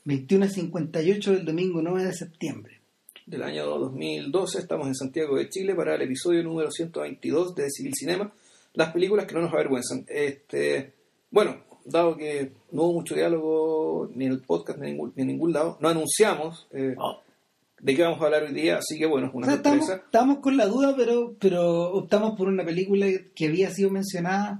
21:58 del domingo 9 de septiembre. Del año 2012, estamos en Santiago de Chile para el episodio número 122 de Civil Cinema, las películas que no nos avergüenzan. Bueno, dado que no hubo mucho diálogo ni en el podcast ni en ningún lado, no anunciamos de qué vamos a hablar hoy día, así que bueno, es una sorpresa. Estábamos con la duda, pero optamos por una película que había sido mencionada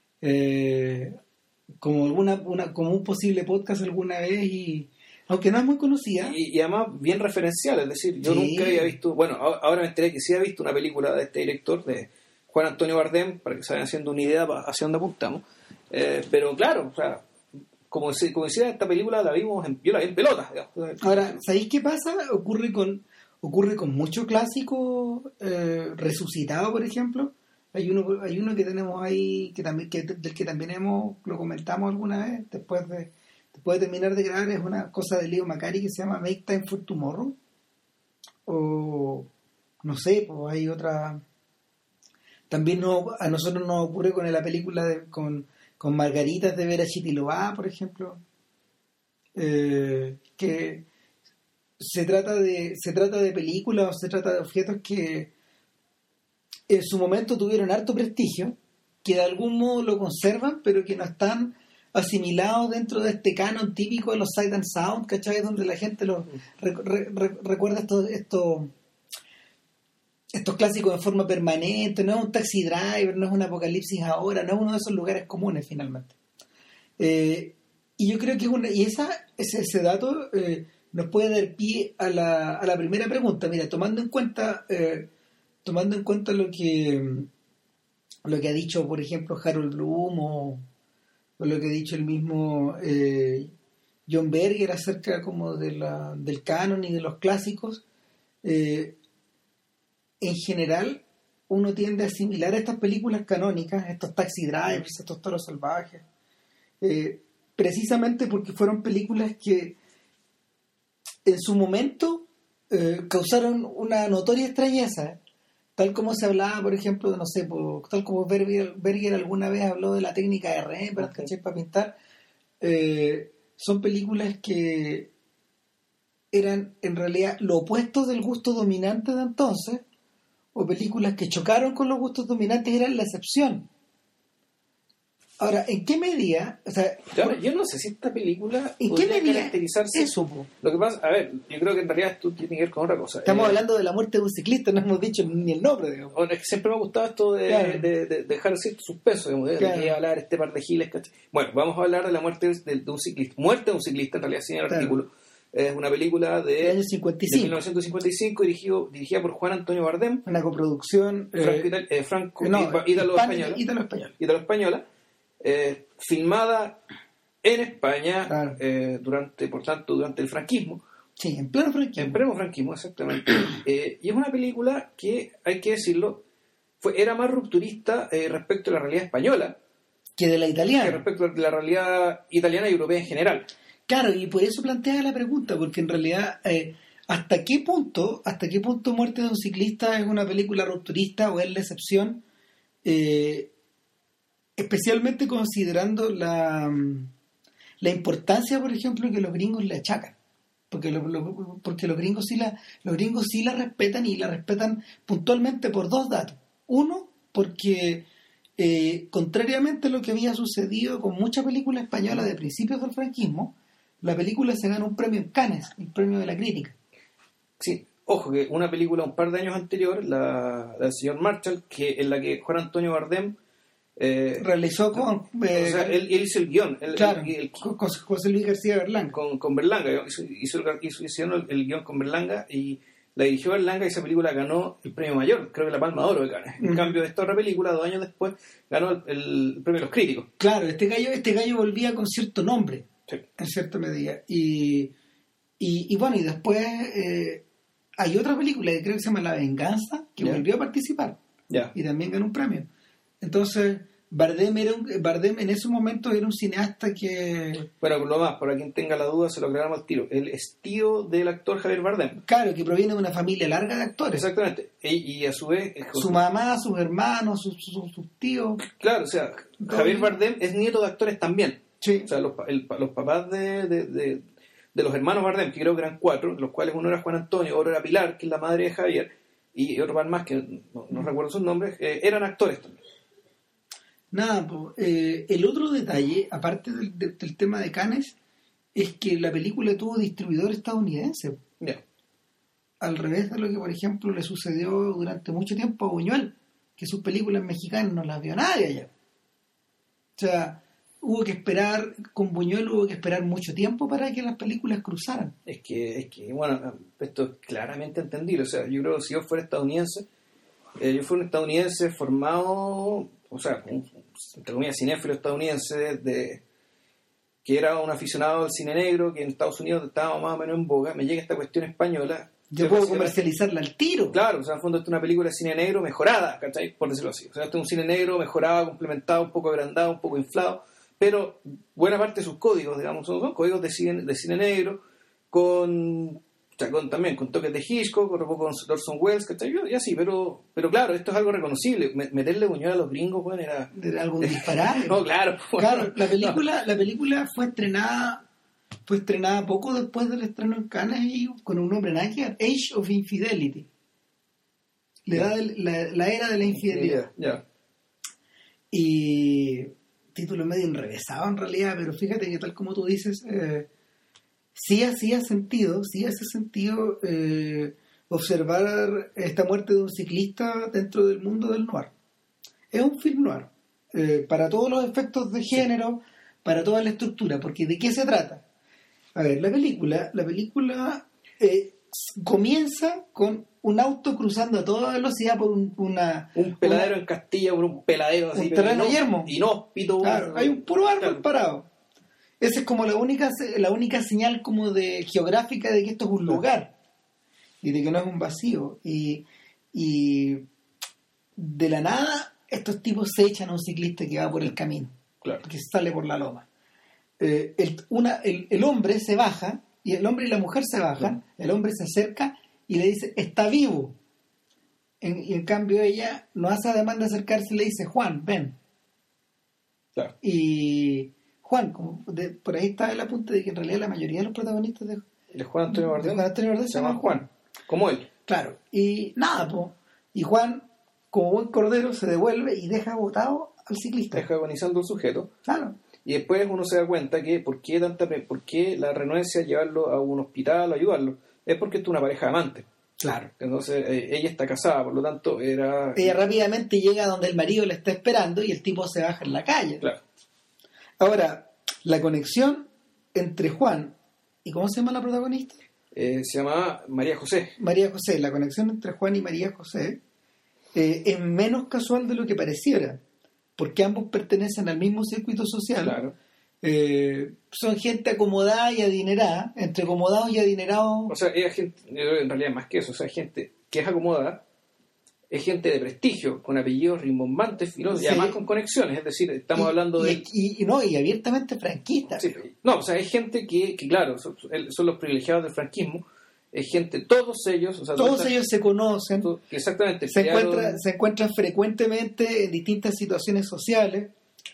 como como un posible podcast alguna vez, y aunque no es muy conocida y además bien referencial, es decir, yo nunca había visto, bueno, ahora me enteré que sí había visto una película de este director, de Juan Antonio Bardem, para que se vayan haciendo una idea hacia dónde apuntamos, pero claro, o sea, como decía, esta película yo la vi en pelota, digamos. Ahora, ¿sabéis qué pasa? Ocurre con muchos clásicos resucitados, por ejemplo. Hay uno que tenemos ahí del que también lo comentamos alguna vez después de terminar de grabar. Es una cosa de Leo Macari que se llama Make Time for Tomorrow, o no sé, pues hay otra. También a nosotros nos ocurre con la película con Margaritas de Vera Chitilová, por ejemplo, que se trata de películas o se trata de objetos que en su momento tuvieron harto prestigio, que de algún modo lo conservan, pero que no están asimilados dentro de este canon típico de los Sight and Sound, ¿cachai? Donde la gente recuerda estos clásicos de forma permanente. No es un Taxi Driver, no es un Apocalipsis Ahora, no es uno de esos lugares comunes finalmente. Y yo creo que ese dato nos puede dar pie a la primera pregunta. Mira, tomando en cuenta lo que ha dicho, por ejemplo, Harold Bloom o lo que ha dicho el mismo John Berger acerca como del canon y de los clásicos, en general uno tiende a asimilar estas películas canónicas, estos Taxi Drivers, estos Toros Salvajes, precisamente porque fueron películas que en su momento causaron una notoria extrañeza, tal como se hablaba, por ejemplo, no sé, tal como Berger alguna vez habló de la técnica de Rembrandt, ¿cachai? Para pintar. Son películas que eran en realidad lo opuesto del gusto dominante de entonces, o películas que chocaron con los gustos dominantes eran la excepción. Ahora, ¿en qué medida? O sea, yo no sé si esta película ¿en podría qué medida caracterizarse eso? Lo que pasa, a ver, yo creo que en realidad esto tiene que ver con otra cosa. Estamos hablando de la muerte de un ciclista, no hemos dicho ni el nombre, digamos. Es que siempre me ha gustado esto de dejar cierto suspenso, digamos, de que hablar este par de giles, ¿cachai? Bueno, vamos a hablar de la muerte de un ciclista. Muerte de un ciclista, en realidad, sin el artículo. Es una película de año 55. De 1955, dirigida por Juan Antonio Bardem. Una coproducción ítalo-española. Filmada en España, claro. durante el franquismo. Sí, en pleno franquismo, exactamente. Y es una película que, hay que decirlo, era más rupturista respecto a la realidad española que de la italiana. Que respecto a la realidad italiana y europea en general. Claro, y por eso plantea la pregunta, porque en realidad, ¿hasta qué punto Muerte de un ciclista es una película rupturista o es la excepción? Especialmente considerando la importancia, por ejemplo, que los gringos le achacan, porque los gringos sí la respetan, y la respetan puntualmente por dos datos. Uno, porque contrariamente a lo que había sucedido con muchas películas españolas de principios del franquismo, la película se ganó un premio en Cannes, el premio de la crítica. Sí, ojo, que una película un par de años anterior, la del señor Marshall, en la que Juan Antonio Bardem realizó con... él hizo el guión. Con José Luis García Berlanga. Con Berlanga. Hicieron el guión con Berlanga y la dirigió Berlanga, y esa película ganó el premio mayor, creo que la Palma de Oro de Cannes. En cambio, esta otra película, 2 años después, ganó el premio de los críticos. Claro, este gallo volvía con cierto nombre, sí, en cierta medida. Y bueno, y después hay otra película que creo que se llama La Venganza, que volvió a participar. Y también ganó un premio. Entonces, Bardem en ese momento era un cineasta que... Bueno, por lo más, para quien tenga la duda, se lo aclaramos al tiro. Él es tío del actor Javier Bardem. Claro, que proviene de una familia larga de actores. Exactamente. Y a su vez... Su mamá, sus hermanos, sus tíos... Claro, o sea, Javier Bardem es nieto de actores también. Sí. O sea, los papás de de los hermanos Bardem, que creo que eran 4, de los cuales uno era Juan Antonio, otro era Pilar, que es la madre de Javier, y otro par más, que no recuerdo sus nombres, eran actores también. Nada, el otro detalle, aparte del tema de Cannes, es que la película tuvo distribuidor estadounidense. Yeah. Al revés de lo que, por ejemplo, le sucedió durante mucho tiempo a Buñuel, que sus películas mexicanas no las vio nadie allá. O sea, con Buñuel hubo que esperar mucho tiempo para que las películas cruzaran. Es que bueno, esto es claramente entendible. O sea, yo creo que si yo fuera estadounidense, yo fuera un estadounidense formado, o sea, entre comillas, cinéfilo estadounidense, que era un aficionado al cine negro, que en Estados Unidos estaba más o menos en boga, me llega esta cuestión española. Yo puedo comercializarla al tiro. Claro, o sea, en el fondo esto es una película de cine negro mejorada, ¿cachai? Por decirlo así. O sea, esto es un cine negro mejorado, complementado, un poco agrandado, un poco inflado, pero buena parte de sus códigos, digamos, son códigos de cine negro, también con toques de Hitchcock, con Orson Welles, ¿cachai? Y así, pero claro, esto es algo reconocible. Meterle Buñuel a los gringos, bueno, era algo disparate. No, claro. Claro, la película fue estrenada poco después del estreno en Cannes y con un nombre nada que ver, Age of Infidelity. La era de la infidelidad. Yeah. Y título medio enrevesado en realidad, pero fíjate que tal como tú dices, sí hace sentido observar esta muerte de un ciclista dentro del mundo del noir. Es un film noir, para todos los efectos de género, para toda la estructura, porque ¿de qué se trata? A ver, la película comienza con un auto cruzando a toda velocidad por un peladero en Castilla, por un peladero así, un terreno yermo, inhóspito. Claro, hay un puro árbol parado. Esa es como la única señal como de geográfica de que esto es un lugar y de que no es un vacío. Y de la nada estos tipos se echan a un ciclista que va por el camino, claro, que sale por la loma. El hombre se baja, y el hombre y la mujer se bajan, el hombre se acerca y le dice, está vivo. Y en cambio ella no hace ademán de acercarse y le dice, Juan, ven. Claro. Y Juan, por ahí está el apunte de que en realidad la mayoría de los protagonistas de Juan Antonio Bardem se llama Juan, como él. Claro, y nada, y Juan, como buen cordero, se devuelve y deja botado al ciclista. Deja agonizando al sujeto. Claro. Y después uno se da cuenta que por qué la renuencia a llevarlo a un hospital, a ayudarlo, es porque es una pareja de amantes. Claro. Entonces ella está casada, por lo tanto ella rápidamente llega donde el marido le está esperando y el tipo se baja en la calle. Claro. Ahora, la conexión entre Juan y ¿cómo se llama la protagonista? Se llama María José. María José. La conexión entre Juan y María José es menos casual de lo que pareciera, porque ambos pertenecen al mismo circuito social. Claro. Son gente acomodada y adinerada, entre acomodados y adinerados. O sea, es gente, en realidad más que eso, o sea, gente que es acomodada, es gente de prestigio, con apellidos rimbombantes, y además con conexiones, es decir, estamos hablando de... Y abiertamente franquistas. Sí, no, o sea, es gente que claro, son los privilegiados del franquismo, es gente, todos ellos... O sea, todos ellos se conocen, exactamente, se encuentran frecuentemente en distintas situaciones sociales.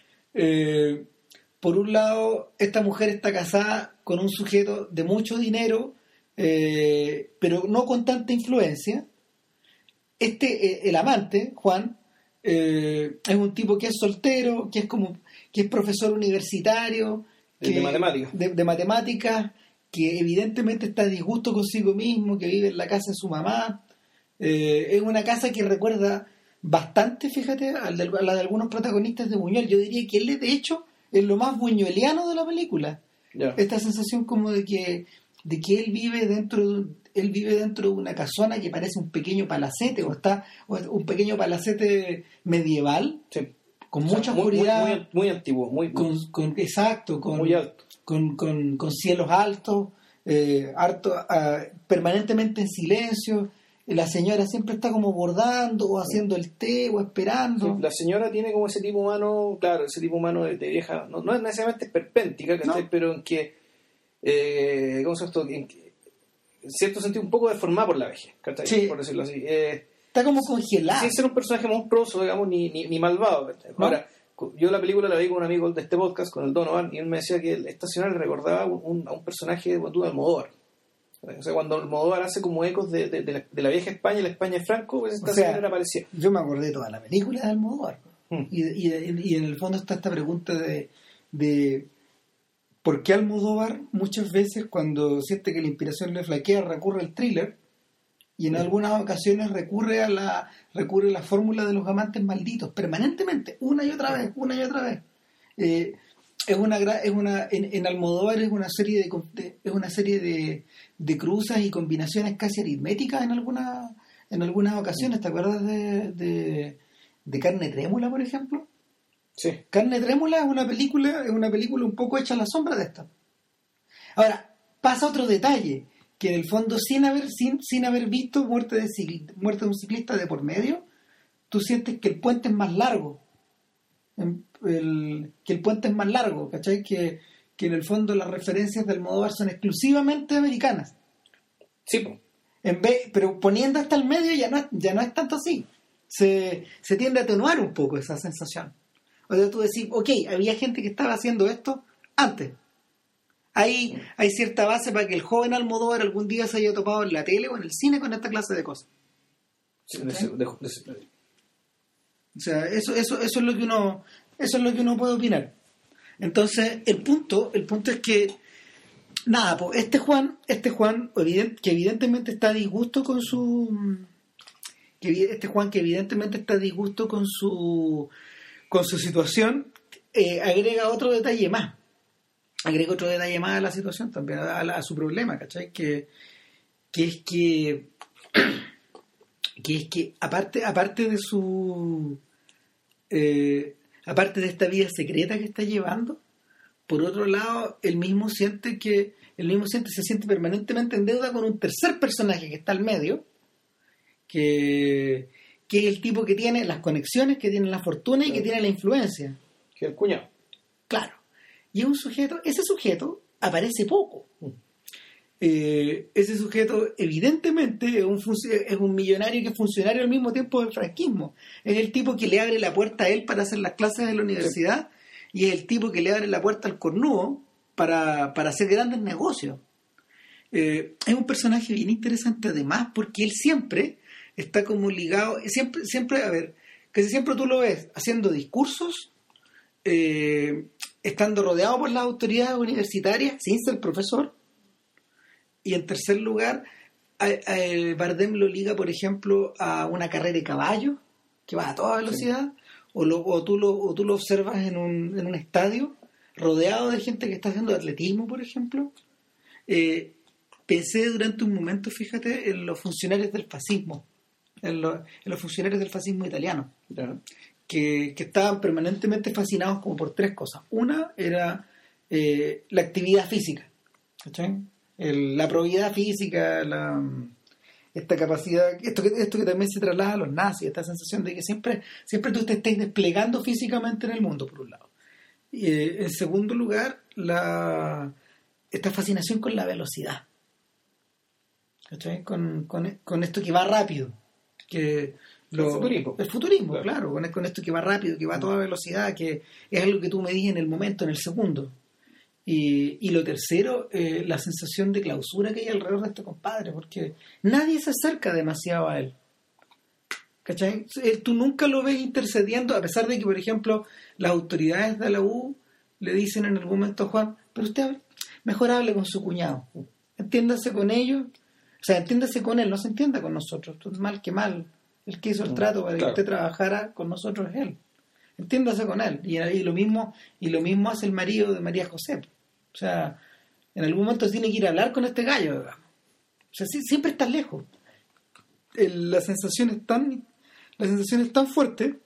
Por un lado, esta mujer está casada con un sujeto de mucho dinero, pero no con tanta influencia. El amante, Juan, es un tipo que es soltero, que es profesor universitario, de matemáticas. De matemáticas, que evidentemente está a disgusto consigo mismo, que vive en la casa de su mamá. Es una casa que recuerda bastante, fíjate, a la de algunos protagonistas de Buñuel. Yo diría que él, de hecho, es lo más buñueliano de la película. Yeah. Esta sensación como de que él vive dentro de una casona que parece un pequeño palacete, o un pequeño palacete medieval, sí, con mucha oscuridad, muy antiguo, muy exacto, muy alto, con cielos altos, permanentemente en silencio. La señora siempre está como bordando o haciendo el té o esperando. Sí, la señora tiene como ese tipo humano, claro, ese tipo humano de vieja, no es necesariamente esperpéntica, no, pero en que ¿cómo se llama esto? En cierto sentido un poco deformada por la vejez, sí, por decirlo así. Está como congelada. Sin ser un personaje monstruoso, digamos, ni malvado. ¿No? Ahora, yo la película la vi con un amigo de este podcast, con el Donovan, y él me decía que esta escena le recordaba a un personaje de Almodóvar. O sea, cuando Almodóvar hace como ecos de la vieja España y la España de Franco, pues esta escena aparecía. Yo me acordé de toda la película de Almodóvar. Y en el fondo está esta pregunta de por qué Almodóvar muchas veces cuando siente que la inspiración le flaquea recurre al thriller, y en algunas ocasiones recurre a la fórmula de los amantes malditos permanentemente, una y otra vez. En Almodóvar es una serie de cruzas y combinaciones casi aritméticas en algunas ocasiones. ¿Te acuerdas de Carne Trémula, por ejemplo? Sí. Carne Trémula es una película un poco hecha a la sombra de esta. Ahora, pasa otro detalle, que en el fondo sin haber visto muerte de un ciclista de por medio, tú sientes que el puente es más largo. ¿Cachai? Que en el fondo las referencias del Almodóvar son exclusivamente americanas. Sí, pues. Pero poniendo hasta el medio ya no es tanto así. Se tiende a atenuar un poco esa sensación. O sea, tú decís, ok, había gente que estaba haciendo esto antes. Hay cierta base para que el joven Almodóvar algún día se haya topado en la tele o en el cine con esta clase de cosas. Sí, o sea, eso es lo que uno puede opinar. Entonces, el punto es que nada, pues este Juan que evidentemente está a disgusto con su situación, agrega otro detalle más a la situación también, a su problema, ¿cachai? Que es que aparte de su aparte de esta vida secreta que está llevando, por otro lado, él mismo se siente permanentemente en deuda con un tercer personaje que está al medio, que es el tipo que tiene las conexiones, que tiene la fortuna y que tiene la influencia. Que el cuñado. Claro. Y ese sujeto aparece poco. Ese sujeto evidentemente es un millonario que es funcionario al mismo tiempo del franquismo. Es el tipo que le abre la puerta a él para hacer las clases de la universidad, y es el tipo que le abre la puerta al cornudo para hacer grandes negocios. Es un personaje bien interesante además, porque él siempre está como ligado, siempre, a ver, casi siempre tú lo ves haciendo discursos, estando rodeado por las autoridades universitarias sin ser profesor. Y en tercer lugar, Bardem lo liga, por ejemplo, a una carrera de caballo que va a toda velocidad, sí. o tú lo observas en un estadio rodeado de gente que está haciendo atletismo, por ejemplo. Pensé durante un momento, fíjate, en los funcionarios del fascismo, en los funcionarios del fascismo italiano, claro, que estaban permanentemente fascinados como por tres cosas. Una era la actividad física, ¿cachai? La probidad física, esta capacidad, esto que también se traslada a los nazis, esta sensación de que siempre tú te estés desplegando físicamente en el mundo, por un lado. Y, en segundo lugar, esta fascinación con la velocidad, ¿cachai? Con esto que va rápido, que el futurismo, claro, con esto que va rápido, que va a toda velocidad, que es algo que tú medís en el momento, en el segundo. Y lo tercero, la sensación de clausura que hay alrededor de este compadre, porque nadie se acerca demasiado a él, ¿cachai? Tú nunca lo ves intercediendo, a pesar de que, por ejemplo, las autoridades de la U le dicen en algún momento a Juan, pero usted mejor hable con su cuñado, entiéndase con ellos, o sea, entiéndase con él, no se entienda con nosotros, mal que mal, el que hizo el trato para que usted trabajara con nosotros es él, entiéndase con él. Y lo mismo hace el marido de María José. O sea, en algún momento tiene que ir a hablar con este gallo, digamos. O sea, siempre estás lejos. La sensación es tan fuerte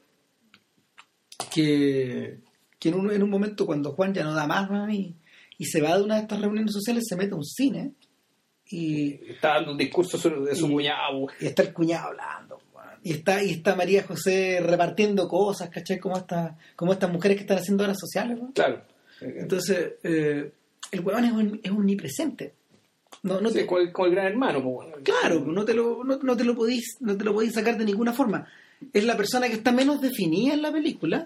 que en un momento, cuando Juan ya no da más, y se va de una de estas reuniones sociales, se mete a un cine y está dando un discurso de su cuñado, y está el cuñado hablando, y está María José repartiendo cosas, ¿cachai? Como estas mujeres que están haciendo horas sociales, ¿no? Claro. Entonces, el huevón es omnipresente. Con el gran hermano, pues, bueno. Claro, no te lo podís sacar de ninguna forma. Es la persona que está menos definida en la película,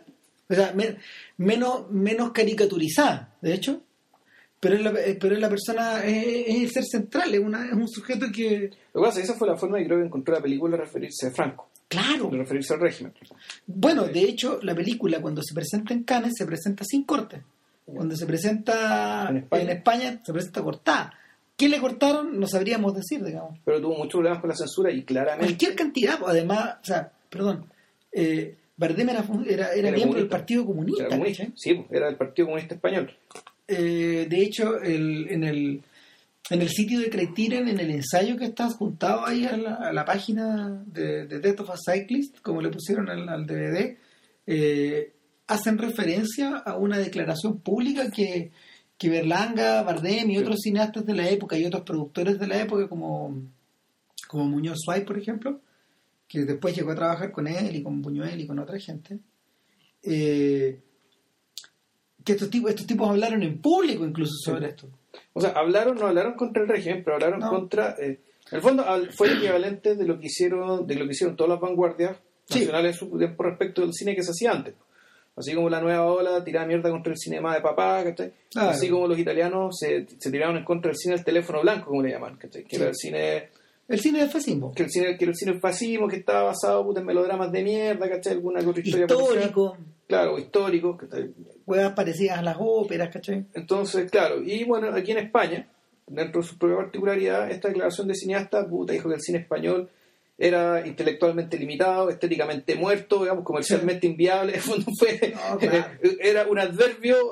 O sea, menos caricaturizada, de hecho, pero es la persona, es el ser central, es un sujeto que... Lo que pasa es que esa fue la forma que creo que encontró la película de referirse a Franco. Claro. De referirse al régimen. Bueno, de hecho, la película cuando se presenta en Cannes se presenta sin corte. Cuando se presenta en España se presenta cortada. ¿Qué le cortaron? No sabríamos decir, digamos. Pero tuvo muchos problemas con la censura y claramente... Cualquier cantidad, además, o sea, Bardem era miembro del Partido Comunista. Era comunista, sí, era del Partido Comunista Español. De hecho, en el sitio de Criterion, en el ensayo que está adjuntado ahí a la página de Death of a Cyclist, como le pusieron al DVD, hacen referencia a una declaración pública que Berlanga, Bardem y otros cineastas de la época y otros productores de la época como Muñoz Suárez, por ejemplo, que después llegó a trabajar con él y con Buñuel y con otra gente, que estos tipos hablaron en público incluso sobre esto. O sea, no hablaron contra el régimen, pero hablaron contra... en el fondo fue el equivalente de lo que hicieron todas las vanguardias nacionales en su tiempo respecto del cine que se hacía antes. Así como la nueva ola tiraba mierda contra el cinema de papá, ¿cachai? Claro. Así como los italianos se tiraron en contra del cine del teléfono blanco, como le llaman, ¿cachai? Que era el cine... El cine del fascismo. Que era el cine del fascismo, que estaba basado en melodramas de mierda, ¿cachai? Alguna otra historia histórico. Policial. Claro, histórico. Huevas parecidas a las óperas, ¿cachai? Entonces, claro, y bueno, aquí en España, dentro de su propia particularidad, esta declaración de cineasta, dijo que el cine español era intelectualmente limitado, estéticamente muerto, digamos, comercialmente inviable. En el fondo era un adverbio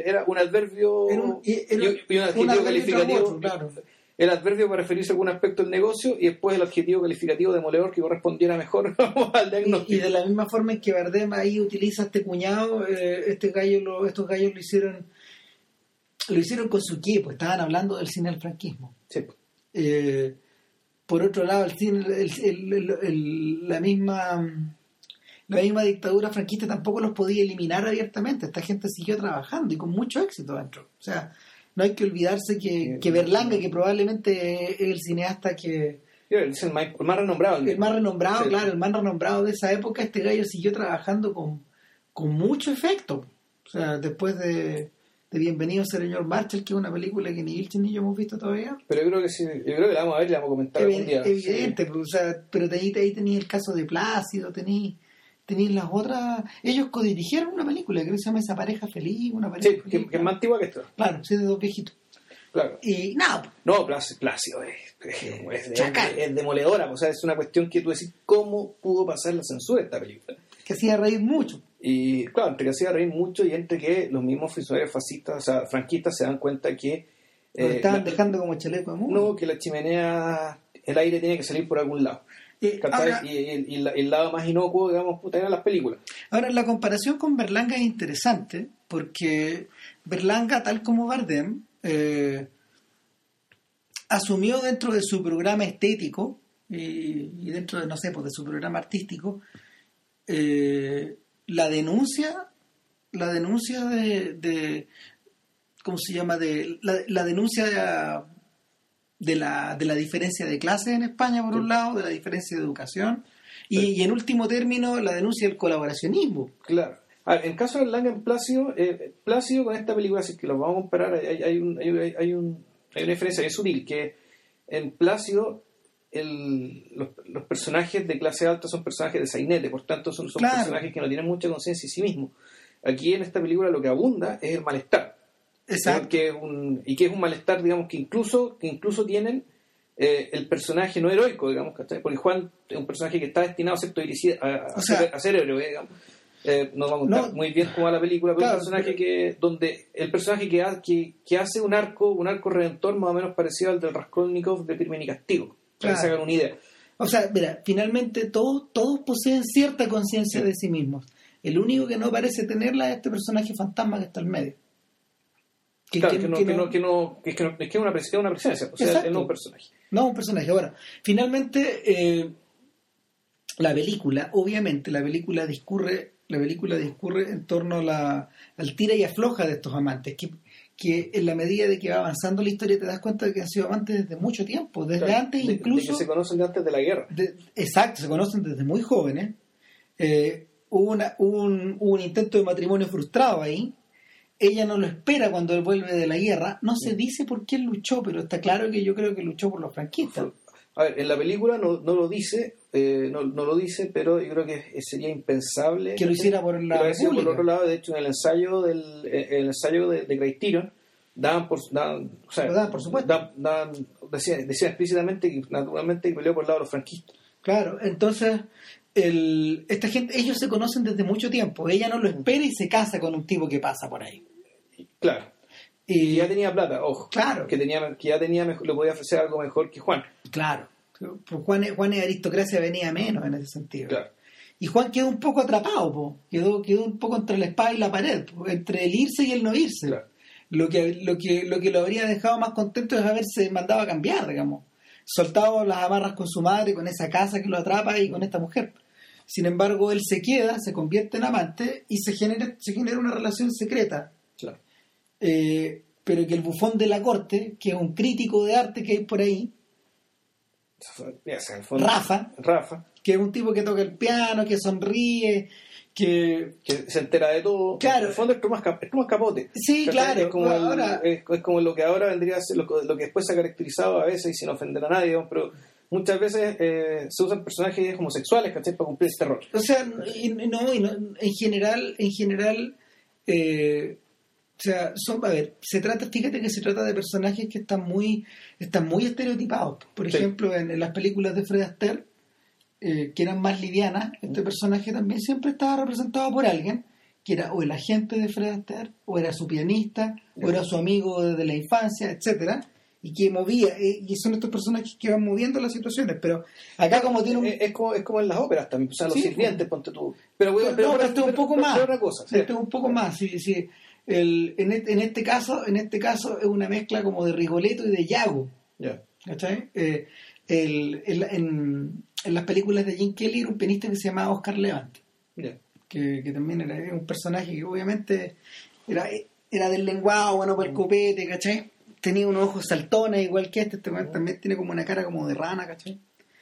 y un adjetivo calificativo. Claro. El adverbio para referirse a algún aspecto del negocio y después el adjetivo calificativo demoledor que correspondiera mejor al diagnóstico. Y de la misma forma en que Bardem ahí utiliza este cuñado, estos gallos lo hicieron con su equipo, estaban hablando del cine del franquismo. Sí. Por otro lado, el cine, la misma dictadura franquista tampoco los podía eliminar abiertamente. Esta gente siguió trabajando y con mucho éxito dentro. O sea, no hay que olvidarse que Berlanga, que probablemente es el cineasta que... Es el más renombrado. El más renombrado, sí. Claro, el más renombrado de esa época. Este gallo siguió trabajando con mucho efecto. O sea, después de Bienvenido Señor Marshall, que es una película que ni Vilchen ni yo hemos visto todavía. Pero yo creo que sí, yo creo que la vamos a ver y la vamos a comentar algún día. Evidente, sí. Pero, o sea, pero ahí tenéis el caso de Plácido, tenéis las otras... Ellos codirigieron una película que se llama Esa pareja feliz, una pareja feliz, que es más antigua que esto. Claro, sí, de dos viejitos. Claro. Y nada. No, Plácido es demoledora. O sea, es una cuestión que tú decís, ¿cómo pudo pasar la censura de esta película? Que hacía reír mucho. Y claro, entre que hacía reír mucho y entre que los mismos funcionarios fascistas, o sea, franquistas, se dan cuenta que... estaban dejando como chaleco de mundo. No, que la chimenea, el aire tiene que salir por algún lado. Ahora, y el lado más inocuo, digamos, eran las películas. Ahora, la comparación con Berlanga es interesante porque Berlanga, tal como Bardem, asumió dentro de su programa estético y dentro de, no sé, pues de su programa artístico, la denuncia de ¿cómo se llama? La denuncia de la diferencia de clases en España, por un lado, de la diferencia de educación, y en último término, la denuncia del colaboracionismo. Claro. En caso de Berlanga en Plácido con esta película, si es que los vamos a comparar, hay una diferencia bien sutil, que en Plácido los personajes de clase alta son personajes de sainete, por tanto son claro. Personajes que no tienen mucha conciencia de sí mismos. Aquí en esta película lo que abunda es el malestar. Exacto. Que es un malestar, digamos, que incluso tienen el personaje no heroico, digamos, ¿cachai? Porque Juan es un personaje que está destinado a ser héroe, digamos. No vamos a contar muy bien cómo va la película, pero claro, un personaje donde el personaje que hace un arco redentor más o menos parecido al del Raskolnikov de Crimen y Castigo, para que se hagan una idea. O sea, mira, finalmente todos poseen cierta conciencia de sí mismos. El único que no parece tenerla es este personaje fantasma que está al medio. Es una presencia, o sea, es no un personaje. No un personaje. Ahora, finalmente, la película discurre en torno al tira y afloja de estos amantes, que en la medida de que va avanzando la historia te das cuenta de que han sido amantes desde mucho tiempo, desde antes incluso... De que se conocen antes de la guerra. Exacto, se conocen desde muy jóvenes. hubo un intento de matrimonio frustrado ahí. Ella no lo espera cuando él vuelve de la guerra. No se dice por qué él luchó, pero está claro que yo creo que luchó por los franquistas. A ver, en la película no lo dice, no lo dice, pero yo creo que sería impensable que lo hiciera por la República. Por otro lado, de hecho, en el ensayo de Criterion daban por supuesto. Decían explícitamente que naturalmente que peleó por el lado de los franquistas. Claro, entonces esta gente, ellos se conocen desde mucho tiempo. Ella no lo espera y se casa con un tipo que pasa por ahí. Claro. Y ya tenía plata, ojo. Claro. Que ya tenía mejor, le podía ofrecer algo mejor que Juan. Claro. Juan es aristocracia, venía menos en ese sentido. Claro. Y Juan quedó un poco atrapado, quedó un poco entre la espada y la pared, entre el irse y el no irse. Claro. Lo que lo habría dejado más contento es haberse mandado a cambiar, digamos. Soltado las amarras con su madre, con esa casa que lo atrapa y con esta mujer. Sin embargo, él se queda, se convierte en amante y se genera una relación secreta. Claro. Pero que el bufón de la corte, que es un crítico de arte que hay por ahí, Rafa, que es un tipo que toca el piano, que sonríe, que se entera de todo. Claro. En el fondo es como Capote. Sí, claro. Es como lo que ahora vendría a ser lo que después se ha caracterizado a veces, y sin ofender a nadie, pero muchas veces se usan personajes homosexuales, ¿cachai? Para cumplir este rol. O sea, en general, o sea, fíjate que se trata de personajes que están muy estereotipados. Por ejemplo, en las películas de Fred Astaire, que eran más livianas, este personaje también siempre estaba representado por alguien que era o el agente de Fred Astaire, o era su pianista, o era su amigo desde la infancia, etcétera, y que movía, y son estos personajes que van moviendo las situaciones. Pero acá como tiene un... es como en las óperas también, o sea, los sirvientes, ponte tú. Pero esto es un poco más. Otra cosa, ¿sí? Esto es un poco más, sí. En este caso es una mezcla como de Rigoletto y de Yago. Yeah. ¿Cachai? En las películas de Gene Kelly era un pianista que se llamaba Oscar Levant. Yeah. Que también era un personaje que obviamente era del lenguado, bueno para el copete, ¿cachai? Tenía unos ojos saltones igual que este también tiene como una cara como de rana, ¿cachai?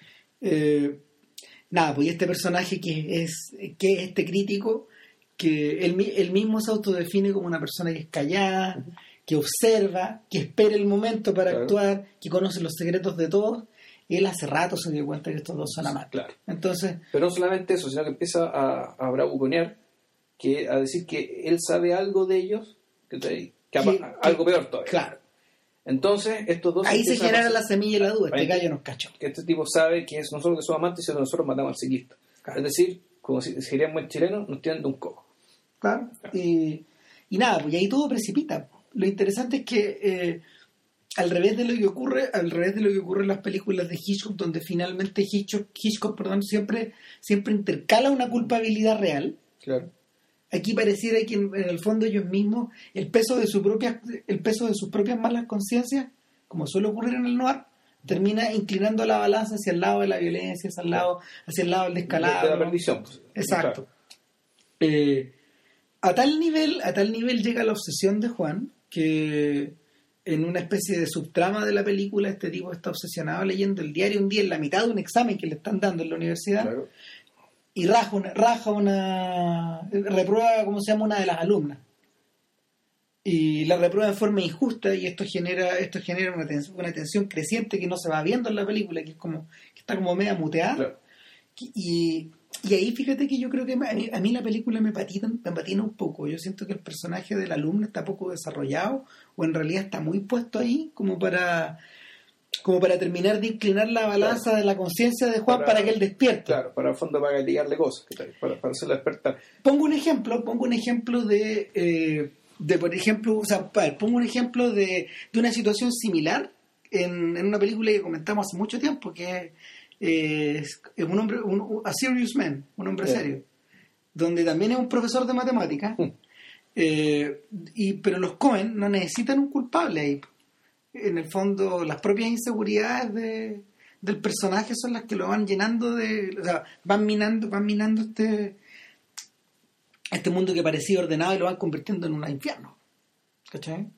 Pues y este personaje que es este crítico, que él mismo se autodefine como una persona que es callada, que observa, que espera el momento para actuar, que conoce los secretos de todos. Él hace rato se dio cuenta que estos dos son amantes. Claro. Entonces, pero no solamente eso, sino que empieza a bravuconear, a decir que él sabe algo de ellos, algo peor todavía. Claro. Entonces, estos dos... Ahí se genera la semilla y la duda. Este gallo nos cachó. Que este tipo sabe que es no solo que somos amantes, sino que nosotros matamos al ciclista. Claro. Es decir, como si sería un buen chileno, nos tienen de un cojo. Claro. Y nada, pues ahí todo precipita. Lo interesante es que al revés de lo que ocurre en las películas de Hitchcock, donde finalmente Hitchcock siempre intercala una culpabilidad real. Claro. Aquí pareciera que en el fondo ellos mismos, el peso de sus propias malas conciencias, como suele ocurrir en el noir, termina inclinando la balanza hacia el lado de la violencia, hacia el lado del descalabro, de la perdición. Pues. Exacto. Claro. A tal nivel llega la obsesión de Juan que en una especie de subtrama de la película este tipo está obsesionado leyendo el diario un día en la mitad de un examen que le están dando en la universidad. Claro. Y reprueba, ¿cómo se llama?, una de las alumnas. Y la reprueba de forma injusta, y esto genera una tensión creciente que no se va viendo en la película, que está como media muteada. Claro. Y ahí fíjate que yo creo que a mí la película me patina un poco. Yo siento que el personaje de la alumna está poco desarrollado, o en realidad está muy puesto ahí como para terminar de inclinar la balanza de la conciencia de Juan para que él despierte. Claro, para el fondo para ligarle cosas, para hacerlo despertar. Pongo un ejemplo de una situación similar en una película que comentamos hace mucho tiempo, que es un hombre, A Serious Man, un hombre serio, donde también es un profesor de matemáticas, pero los Coen no necesitan un culpable ahí. En el fondo, las propias inseguridades del personaje son las que lo van llenando van minando este mundo que parecía ordenado y lo van convirtiendo en un infierno. ¿Cachai?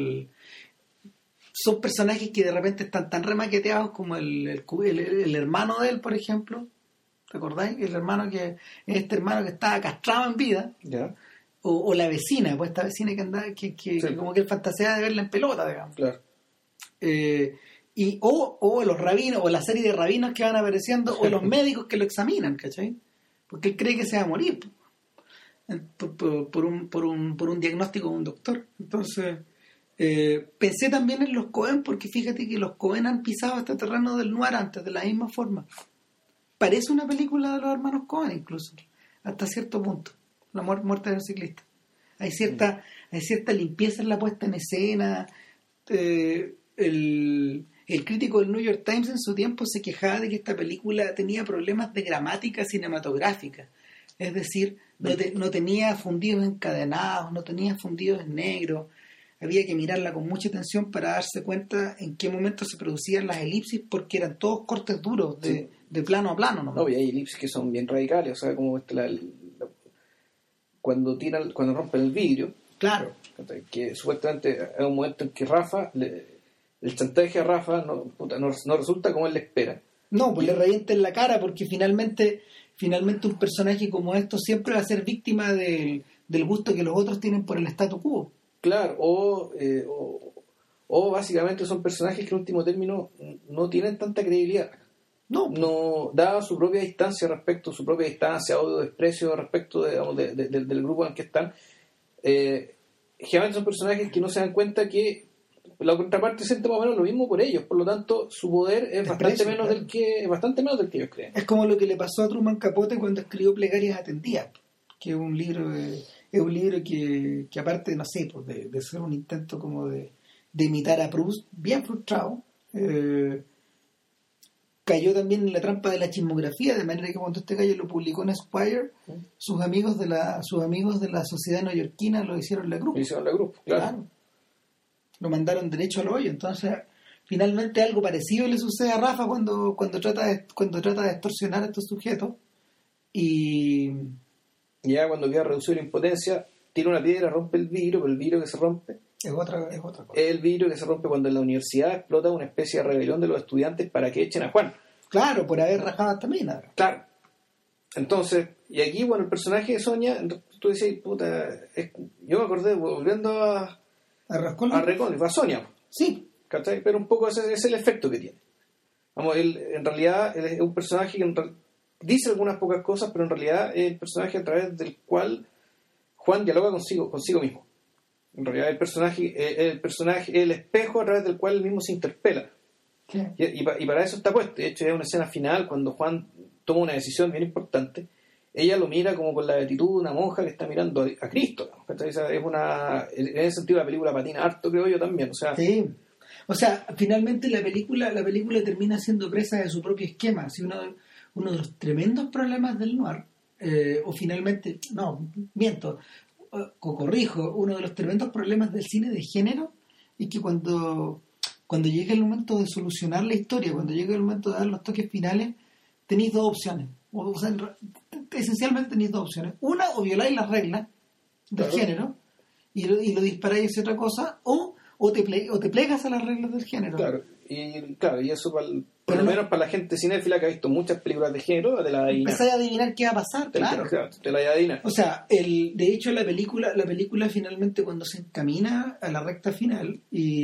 Son personajes que de repente están tan remaqueteados como el hermano de él, por ejemplo, ¿recordáis? Este hermano que estaba castrado en vida, ¿Ya? o la vecina, pues esta vecina que andaba, que como que él fantaseaba de verla en pelota, digamos. Claro. O los rabinos, o la serie de rabinos que van apareciendo, o los médicos que lo examinan, ¿cachai? Porque él cree que se va a morir por un diagnóstico de un doctor. Entonces, pensé también en los Coen, porque fíjate que los Coen han pisado este terreno del noir antes, de la misma forma. Parece una película de los hermanos Coen, incluso, hasta cierto punto. La muerte del ciclista. Hay cierta limpieza en la puesta en escena. El crítico del New York Times en su tiempo se quejaba de que esta película tenía problemas de gramática cinematográfica. Es decir, no tenía fundidos encadenados, no tenía fundidos en negro. Había que mirarla con mucha atención para darse cuenta en qué momento se producían las elipsis, porque eran todos cortes duros de plano a plano, ¿no? No, y hay elipsis que son bien radicales, o sea, como cuando rompen el vidrio. Claro. Que supuestamente es un momento en que Rafa, el chantaje a Rafa no resulta como él le espera. No, pues le revienta en la cara, porque finalmente un personaje como esto siempre va a ser víctima del gusto que los otros tienen por el statu quo. Claro, o básicamente son personajes que en último término no tienen tanta credibilidad. No, dada su propia distancia odio, desprecio respecto del grupo en el que están, generalmente son personajes que no se dan cuenta que la contraparte siente más o menos lo mismo por ellos, por lo tanto su poder es bastante menos del que ellos creen. Es como lo que le pasó a Truman Capote cuando escribió Plegarias Atendidas, que es un libro que aparte, no sé, pues de ser un intento como de imitar a Proust, bien frustrado, cayó también en la trampa de la chismografía, de manera que cuando este gallo lo publicó en Esquire, sus amigos de la sociedad neoyorquina lo hicieron la cruz. Claro. Lo mandaron derecho al hoyo. Entonces, finalmente algo parecido le sucede a Rafa cuando trata de extorsionar a estos sujetos. Y ya cuando queda reducido la impotencia, tira una piedra, rompe el vidrio, pero el vidrio que se rompe es otra cosa. El vidrio que se rompe cuando en la universidad explota una especie de rebelión de los estudiantes para que echen a Juan. Claro, por haber rajado a esta mina. Claro. Entonces, y aquí, bueno, el personaje de Sonia, tú decías, puta, yo me acordé volviendo a Raskolnikov, a Sonia. Sí. ¿Cachai? Pero un poco ese es el efecto que tiene. Vamos, en realidad él es un personaje que dice algunas pocas cosas, pero en realidad es el personaje a través del cual Juan dialoga consigo mismo. En realidad el personaje, el espejo a través del cual él mismo se interpela. Y para eso está puesto. De hecho, hay una escena final cuando Juan toma una decisión bien importante. Ella lo mira como con la actitud de una monja que está mirando a Cristo. Es en ese sentido la película patina harto, creo yo también. O sea, sí. O sea, finalmente la película termina siendo presa de su propio esquema. Si uno de los tremendos problemas del noir, corrijo, uno de los tremendos problemas del cine de género es que cuando llega el momento de solucionar la historia, cuando llega el momento de dar los toques finales, tenéis dos opciones. O sea, esencialmente tenéis dos opciones. Una, o violáis las reglas del género y lo disparáis hacia otra cosa, o te plegas a las reglas del género. Y eso por lo menos para la gente cinéfila que ha visto muchas películas de género, te la adivinas. Empezás a adivinar qué va a pasar, claro. Te la adivinas. O sea, de hecho la película finalmente cuando se encamina a la recta final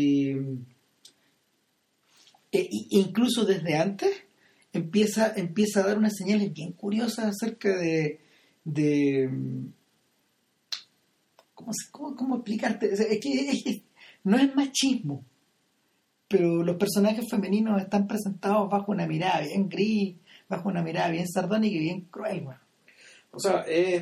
incluso desde antes empieza a dar unas señales bien curiosas acerca de ¿cómo explicarte? Es que no es machismo, pero los personajes femeninos están presentados bajo una mirada bien gris, bajo una mirada bien sardónica y bien cruel, bueno. O sea,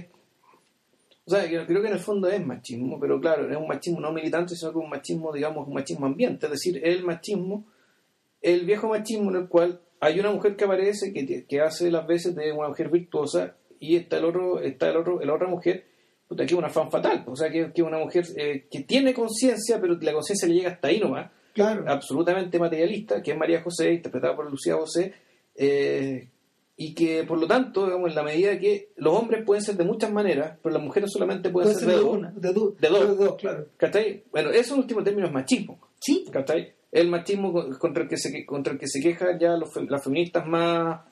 creo que en el fondo es machismo, pero claro, es un machismo no militante, sino que un machismo, digamos, un machismo ambiente, es decir, el viejo machismo en el cual hay una mujer que aparece que hace las veces de una mujer virtuosa y está la otra mujer, puta, que es una fan fatal, o sea, que es una mujer que tiene conciencia, pero que la conciencia le llega hasta ahí nomás, claro, absolutamente materialista, que es María José, interpretada por Lucía José, y que por lo tanto, digamos, en la medida que los hombres pueden ser de muchas maneras, pero las mujeres solamente pueden ser de dos, claro. ¿Cachai? Bueno, eso en último término es machismo. Sí. ¿Cachai? El machismo contra el que se quejan ya las feministas más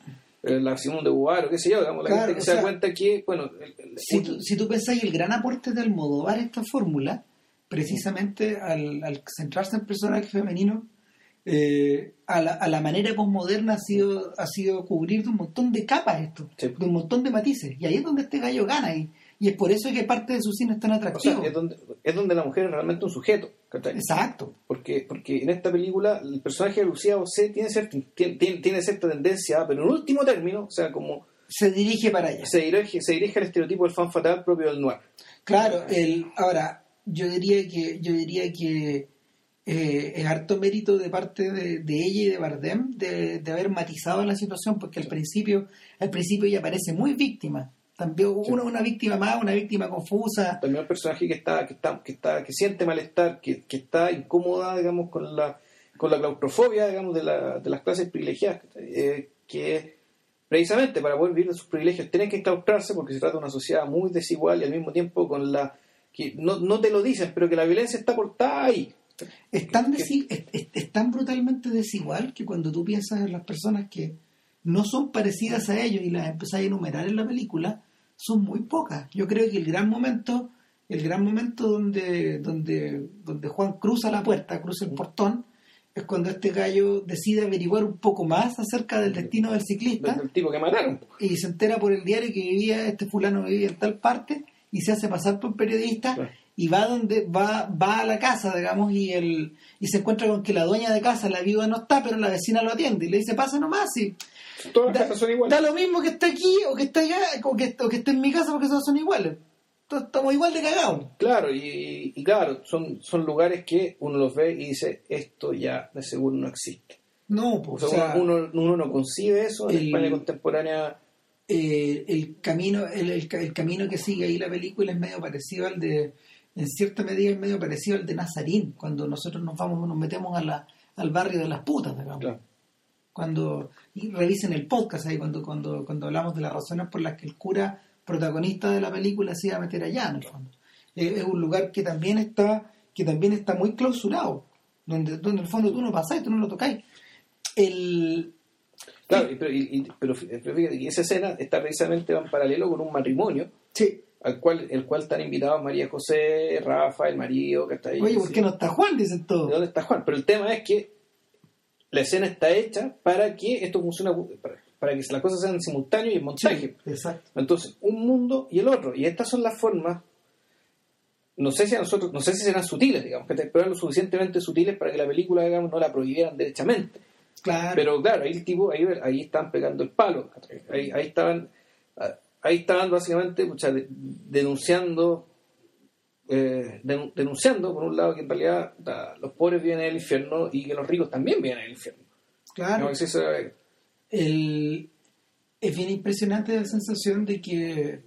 la Simone de Beauvoir o qué sé yo, digamos, la Claro, gente que o se da sea, cuenta que, bueno, si tú pensáis el gran aporte de Almodóvar a esta fórmula, precisamente al centrarse en personajes femeninos, a la manera posmoderna ha sido cubrir de un montón de capas esto, Sí. de un montón de matices, y ahí es donde este gallo gana, y es por eso que parte de su cine es tan o atractivo. sea, es donde la mujer es realmente un sujeto, ¿cachai? Exacto. Porque en esta película el personaje de Lucía Bosé tiene cierta tendencia, pero en último término, o sea, como Se dirige para allá. se dirige al estereotipo del fan fatal propio del noir. Claro, ahora, yo diría que es harto mérito de parte de ella y de Bardem de haber matizado la situación, porque al principio ella parece muy víctima. También una víctima más, una víctima confusa. También un personaje que siente malestar, que está incómoda, digamos, con la claustrofobia, digamos, de las clases privilegiadas, que precisamente para poder vivir de sus privilegios tienen que enclaustrarse porque se trata de una sociedad muy desigual y al mismo tiempo con la que no te lo dicen, pero que la violencia está portada ahí. Es tan brutalmente desigual que cuando tú piensas en las personas que no son parecidas a ellos y las empezás a enumerar en la película, son muy pocas. Yo creo que el gran momento donde Juan cruza el portón, es cuando este gallo decide averiguar un poco más acerca del destino del ciclista, El tipo que mataron. y se entera por el diario que este fulano vivía en tal parte y se hace pasar por periodista. Claro. Y va a la casa, digamos, y se encuentra con que la dueña de casa, la viuda, no está, pero la vecina lo atiende y le dice, pasa nomás, y Todas las casas son iguales. da lo mismo que está aquí o que está allá o que esté en mi casa, porque todos son iguales. Todos estamos igual de cagados. Claro, y claro, son lugares que uno los ve y dice, esto ya de seguro no existe. No, pues, O sea, uno no concibe eso en España contemporánea. El camino que sigue ahí la película es medio parecido al de, en cierta medida es medio parecido al de Nazarín, cuando nosotros nos metemos al barrio de las putas, digamos. Claro. Y revisen el podcast ahí cuando hablamos de las razones por las que el cura protagonista de la película se iba a meter allá, en el fondo. Es un lugar que también está muy clausurado, donde en el fondo tú no pasás, tú no lo tocáis. Claro, pero fíjate que esa escena está precisamente en paralelo con un matrimonio. Sí. El cual están invitados María José, Rafa, el marido, que está ahí. Oye, ¿por qué no está Juan? Dicen todos. ¿De dónde está Juan? Pero el tema es que la escena está hecha para que esto funcione, para que las cosas sean simultáneas y en montaje. Sí, exacto. Entonces, un mundo y el otro. Y estas son las formas, no sé si serán sutiles, digamos, pero eran lo suficientemente sutiles para que la película, digamos, no la prohibieran derechamente. Claro. Pero claro, ahí el tipo, ahí estaban pegando el palo. Ahí estaban básicamente denunciando por un lado que en realidad los pobres viven en el infierno y que los ricos también viven en el infierno. Claro. No, es bien impresionante la sensación de que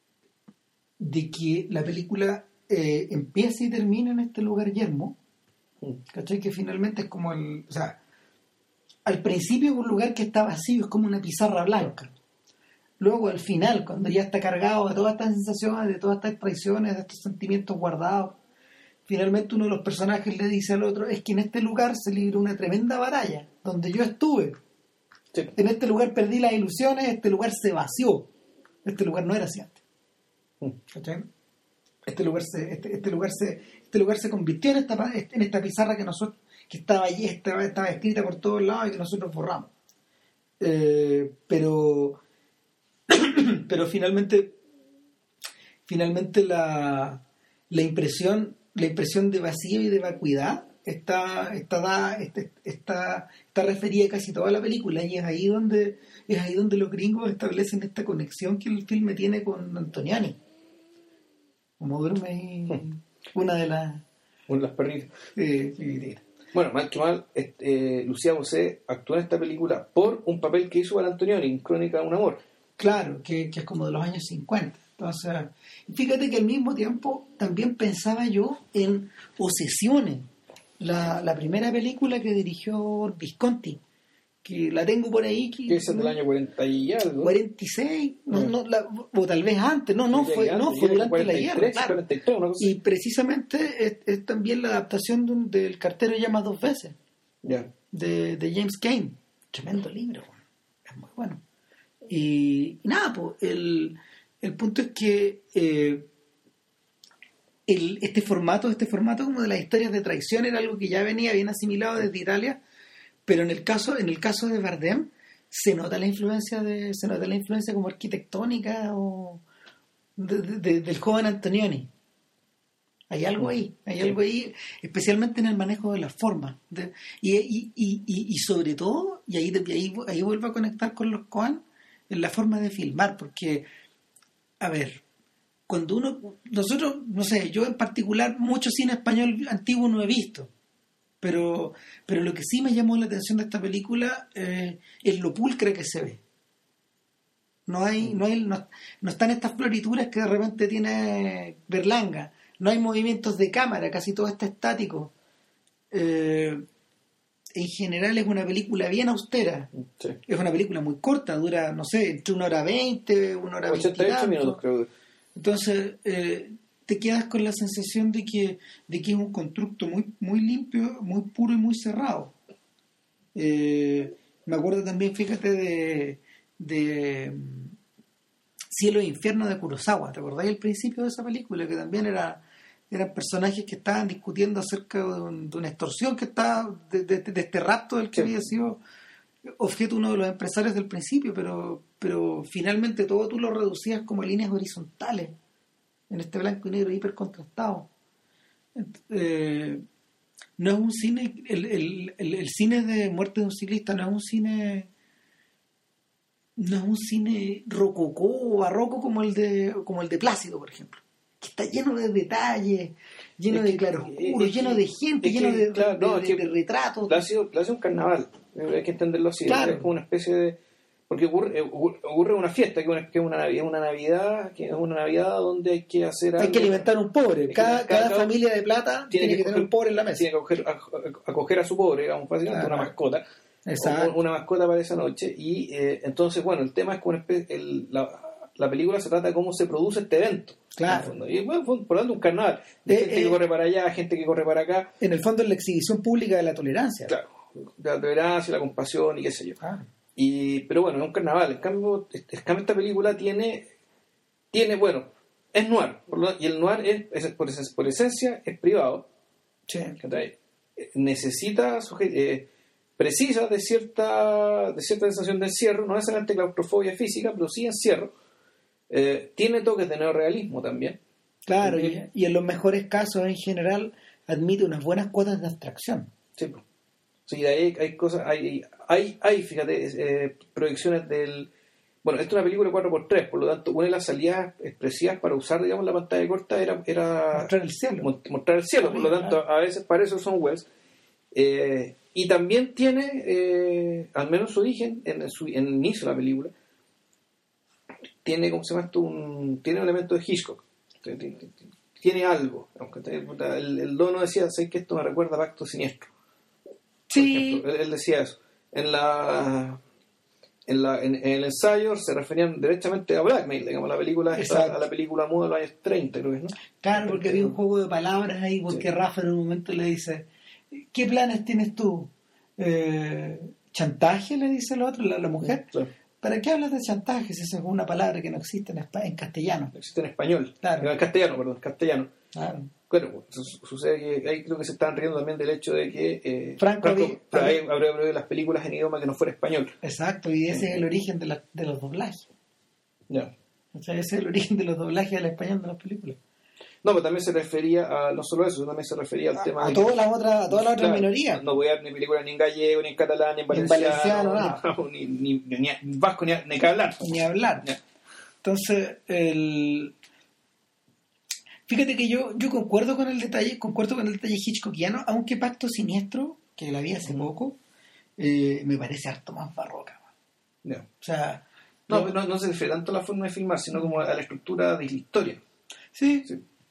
la película empieza y termina en este lugar yermo. ¿Cachai? Que finalmente es como o sea, al principio es un lugar que está vacío, es como una pizarra blanca. Luego al final, cuando ya está cargado de todas estas sensaciones, de todas estas traiciones, de estos sentimientos guardados, finalmente uno de los personajes le dice al otro, es que en este lugar se libró una tremenda batalla, donde yo estuve. Sí. En este lugar perdí las ilusiones, este lugar se vació. Este lugar no era así antes. ¿Cachai? Este lugar se convirtió en esta pizarra que estaba allí, estaba escrita por todos lados y que nosotros borramos. Pero finalmente la impresión de vacío y de vacuidad está referida a casi toda la película, y es ahí donde los gringos establecen esta conexión que el filme tiene con Antonioni. Como duerme ahí una de las perritas. Sí. Bueno, mal que mal, Lucía Bosé actuó en esta película por un papel que hizo para Antonioni en Crónica de un amor. Claro, que es como de los años 50. Entonces, fíjate que al mismo tiempo también pensaba yo en Posesiones, la primera película que dirigió Visconti, que la tengo por ahí. Que es del año 40 y algo. 46, o tal vez antes, fue durante la guerra. Claro. 43, una cosa. Y precisamente es también la adaptación del Cartero llama dos veces, Ya. de James Cain. Tremendo libro, es muy bueno. Y nada, pues, el punto es que este formato como de las historias de traición era algo que ya venía bien asimilado desde Italia, pero en el caso de Bardem se nota la influencia como arquitectónica o del joven Antonioni. Hay algo ahí, especialmente en el manejo de las formas. Y sobre todo, y ahí vuelvo a conectar con los Coen, en la forma de filmar, porque, a ver, nosotros, no sé, yo en particular, mucho cine español antiguo no he visto, pero lo que sí me llamó la atención de esta película es lo pulcra que se ve. No están estas florituras que de repente tiene Berlanga. No hay movimientos de cámara, casi todo está estático. En general es una película bien austera. Sí. Es una película muy corta, dura, no sé, entre 1 hora 20, 1 hora 88 minutos, creo. Entonces, te quedas con la sensación de que es un constructo muy, muy limpio, muy puro y muy cerrado. Me acuerdo también, fíjate, de Cielo e Infierno de Kurosawa. ¿Te acordáis el principio de esa película? Que también eran personajes que estaban discutiendo acerca de una extorsión que estaba de este rapto del que había sido objeto uno de los empresarios del principio, pero finalmente todo tú lo reducías como líneas horizontales en este blanco y negro hiper contrastado. No es un cine, el cine de Muerte de un ciclista no es un cine rococó o barroco como el de Plácido, por ejemplo, que está lleno de detalles, lleno de claroscuros, lleno de gente, lleno de retratos. Plácido es un carnaval, hay que entenderlo así. Claro. Es como una especie de... Porque ocurre una fiesta, que es una Navidad donde hay que hacer algo. Hay que alimentar a un pobre. Cada familia de plata tiene que tener un pobre en la mesa. Tiene que acoger a su pobre, digamos, básicamente una mascota. Exacto. Una mascota para esa noche. Y entonces, bueno, el tema es que la película se trata de cómo se produce este evento. Claro. Y bueno, por lo tanto, un carnaval. Gente que corre para allá, gente que corre para acá. En el fondo es la exhibición pública de la tolerancia. Claro, de la tolerancia, la compasión y qué sé yo. Claro. Pero bueno, es un carnaval. En cambio, esta película tiene bueno, es noir. Y el noir por esencia es privado. Sí. Necesita precisa de cierta sensación de encierro, no es solamente claustrofobia física, pero sí encierro. Tiene toques de neorrealismo también. Claro, y en los mejores casos en general admite unas buenas cuotas de abstracción. Sí, pues. Sí, de ahí hay cosas, fíjate, proyecciones del... Bueno, esta es una película 4x3, por lo tanto, una de las salidas expresivas para usar, digamos, la pantalla corta era mostrar el cielo. Mostrar el cielo, por lo tanto, a veces para eso son Welles. Y también tiene, al menos su origen, en el inicio de la película, tiene, ¿cómo se llama esto? Tiene un elemento de Hitchcock. Tiene algo. Aunque el dono decía, sé que esto me recuerda a Pacto Siniestro. Sí. Ejemplo, él decía eso. En el ensayo se referían derechamente a Blackmail, digamos, a la película muda de los años 30, creo que es, ¿no? Claro, porque había un juego de palabras ahí, porque sí. Rafa en un momento le dice, ¿qué planes tienes tú? ¿Chantaje? Le dice el otro, la mujer. Sí. ¿Para qué hablas de chantaje si esa es una palabra que no existe en castellano? No existe en español. Claro. En castellano. Claro. Bueno, sucede que ahí creo que se están riendo también del hecho de que Franco habría las películas en idioma que no fuera español. Exacto, y ese es el origen de los doblajes. Ya. O sea, ese es el origen de los doblajes al español de las películas. No, pero también se refería a, no solo eso, también se refería al tema de todas las otras minorías. No voy a ver ni películas ni en gallego, ni en catalán, ni en valenciano, nada. Ni vasco, ni que hablar. Ni hablar. Ya. Entonces, fíjate que yo concuerdo con el detalle hitchcockiano, aunque Pacto Siniestro, que la vi hace poco, me parece harto más barroca. No. O sea, no se refiere tanto a la forma de filmar, sino como a la estructura de la historia. Sí.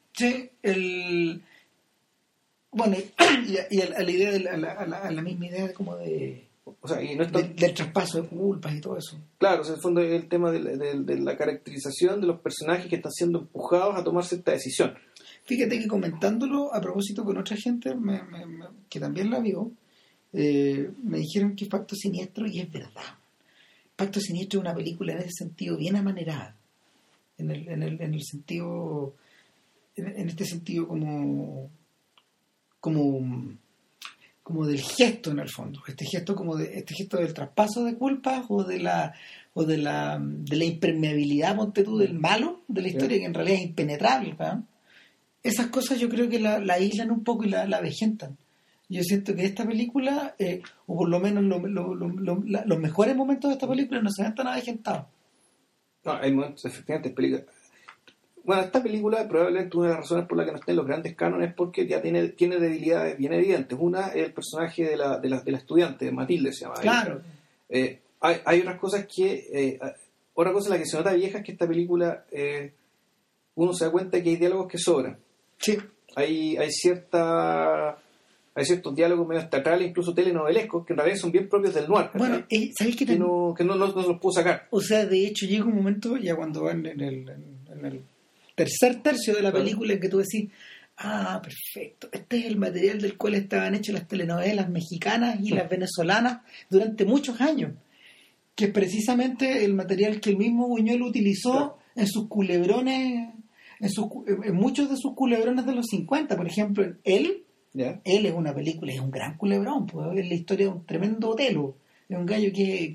Bueno, y a la idea a la misma idea como de... O sea, y no es del traspaso de culpas y todo eso. Claro, o sea, en el fondo es el tema de la caracterización de los personajes que están siendo empujados a tomar cierta decisión. Fíjate que comentándolo a propósito con otra gente que también la vio, me dijeron que es Pacto Siniestro, y es verdad. Pacto Siniestro es una película en ese sentido bien amanerada. En el sentido... En este sentido como del gesto en el fondo, este gesto del traspaso de culpas o de la impermeabilidad, ponte tú, del malo de la historia, que en realidad es impenetrable, ¿no? Esas cosas yo creo que la aíslan un poco y la avejentan. Yo siento que esta película, o por lo menos los mejores momentos de esta película no se ven tan avejentados. No, hay momentos, efectivamente, bueno, esta película probablemente una de las razones por las que no está en los grandes cánones es porque ya tiene debilidades bien evidentes. Una es el personaje de la estudiante, Matilde se llama. Claro. Hay otras cosas que... otra cosa en la que se nota vieja es que esta película uno se da cuenta que hay diálogos que sobran. Sí. Hay ciertos diálogos medio teatrales, incluso telenovelescos, que en realidad son bien propios del noir. Bueno, ¿sabéis qué? Que no se los puedo sacar. O sea, de hecho llega un momento ya cuando van en el tercer tercio de la película en que tú decís, perfecto, este es el material del cual estaban hechas las telenovelas mexicanas y las venezolanas durante muchos años, que es precisamente el material que el mismo Buñuel utilizó en sus culebrones, en muchos de sus culebrones de los 50, por ejemplo, en Él. Él es una película, es un gran culebrón, pues, es la historia de un tremendo Otelo, es un gallo que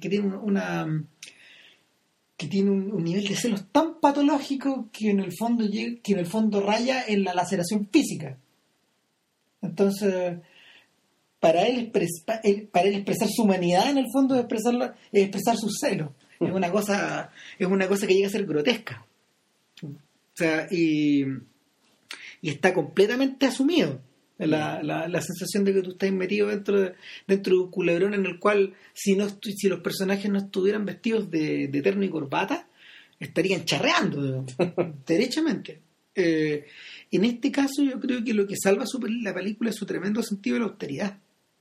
tiene un nivel de celos tan patológico que en el fondo raya en la laceración física. Entonces, para él expresar su humanidad en el fondo es expresar sus celos. Es una cosa que llega a ser grotesca. O sea, y está completamente asumido. La sensación de que tú estás metido dentro de un culebrón en el cual si los personajes no estuvieran vestidos de terno y corbata estarían charreando derechamente. En este caso yo creo que lo que salva la película es su tremendo sentido de la austeridad.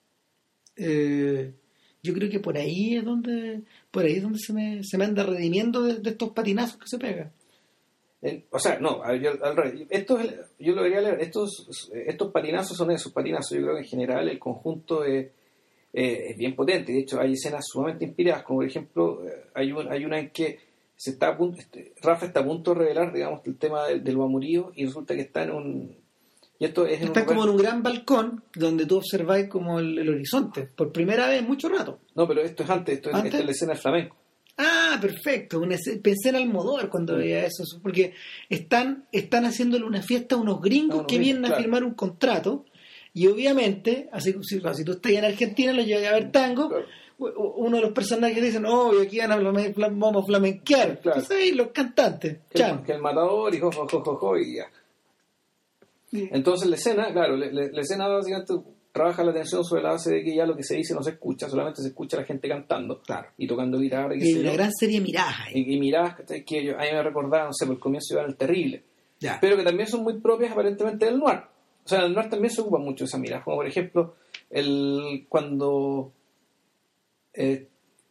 Yo creo que por ahí es donde se me anda redimiendo de estos patinazos que se pegan. O sea, no, al revés. Yo lo debería leer. Estos patinazos son esos patinazos. Yo creo que en general el conjunto es bien potente. De hecho, hay escenas sumamente inspiradas, como por ejemplo, hay una en que Rafa está a punto de revelar, digamos, el tema del amorío y resulta que está en un... Y esto es está como en un gran balcón donde tú observáis como el horizonte, por primera vez en mucho rato. No, pero esto es antes, esto es la escena del flamenco. Perfecto. Pensé en Almodóvar cuando veía eso, porque están haciéndole una fiesta a unos gringos que vienen a firmar un contrato y obviamente, así si tú estás en Argentina, lo llevas a ver tango, claro. Uno de los personajes dicen, aquí vamos a flamenquear. Claro. Entonces ahí los cantantes. Que el matador y jo, y ya. Sí. Entonces la escena, claro, la escena básicamente trabaja la atención sobre la base de que ya lo que se dice no se escucha, solamente se escucha a la gente cantando, claro, y tocando guitarra. Y una gran serie de miradas. Y miradas que a mí me recordaba, no sé, por el comienzo iban el terrible. Ya. Pero que también son muy propias aparentemente del noir. O sea, en el noir también se ocupan mucho esas miradas, como por ejemplo, cuando el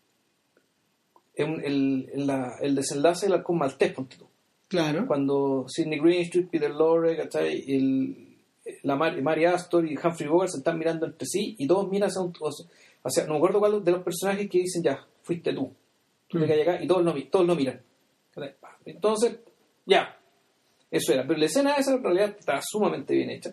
desenlace del Halcón Maltés, ponte tú. Claro. Cuando Sidney Greenstreet, Peter Lorre, ¿cachai? Mary Astor y Humphrey Bogart se están mirando entre sí y todos miran o sea, no me acuerdo cuál de los personajes que dicen ya, fuiste tú te caes acá y todos lo miran. Entonces, ya, eso era. Pero la escena esa en realidad está sumamente bien hecha.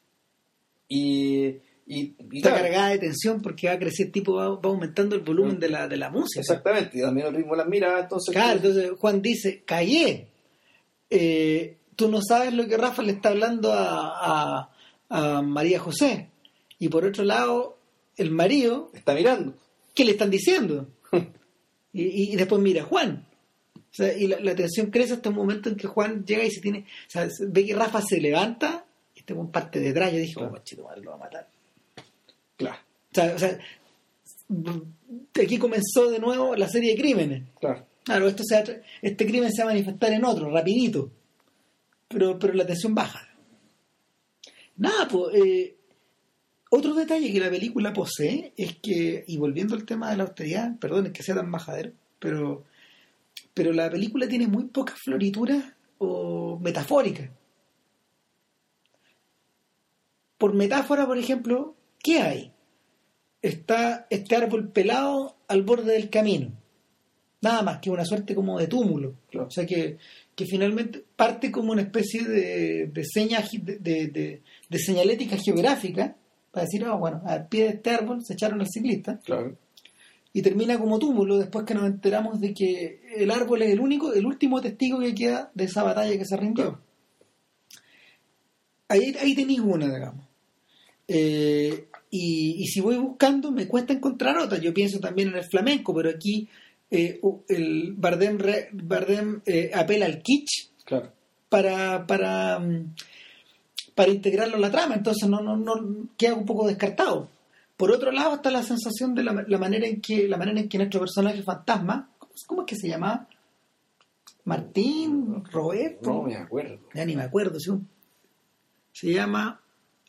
Y está cargada de tensión porque va a crecer, va aumentando el volumen de la música. Exactamente, y también el ritmo de las miradas. Entonces Juan dice, callé. Tú no sabes lo que Rafa le está hablando a María José. Y por otro lado, el marido está mirando. ¿Qué le están diciendo? y después mira a Juan. O sea, y la tensión crece hasta un momento en que Juan llega y ve que Rafa se levanta y este Juan parte detrás. Yo dije, claro. Chito madre, lo va a matar. Claro. O sea, aquí comenzó de nuevo la serie de crímenes. Claro, este crimen se va a manifestar en otro, rapidito. Pero la tensión baja. Nada, pues... otro detalle que la película posee es que, y volviendo al tema de la austeridad, perdón, es que sea tan majadero, pero la película tiene muy pocas florituras o metafóricas. Por metáfora, por ejemplo, ¿qué hay? Está este árbol pelado al borde del camino. nada más que una suerte como de túmulo. Claro. O sea que finalmente parte como una especie de seña de señalética geográfica para decir, bueno, al pie de este árbol se echaron al ciclista. Claro. Y termina como túmulo después que nos enteramos de que el árbol es el último testigo que queda de esa batalla que se rindió. Claro. Ahí tenéis una, digamos. Y si voy buscando, me cuesta encontrar otra. Yo pienso también en el flamenco, pero aquí el Bardem apela al kitsch, Claro. para integrarlo en la trama, entonces no queda un poco descartado. Por otro lado está la sensación de la manera en que nuestro personaje fantasma, ¿cómo es que se llamaba? Martín, Roberto, No me acuerdo. ya ni me acuerdo, ¿sí? Se llama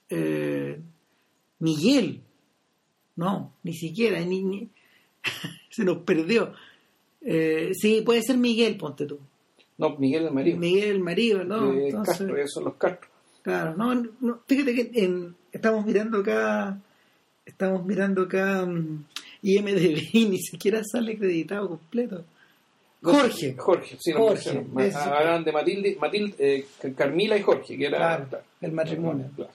Miguel, no, ni siquiera ni se nos perdió. Sí, puede ser Miguel, ponte tú. No, Miguel el marido. Miguel el marido, ¿no? Entonces, Castro, esos son los Castro. claro, no, fíjate que estamos mirando acá IMDb y ni siquiera sale acreditado completo. Jorge, sí, Jorge, hablaban de Matilde, Carmila y Jorge, que era claro, el matrimonio. Claro.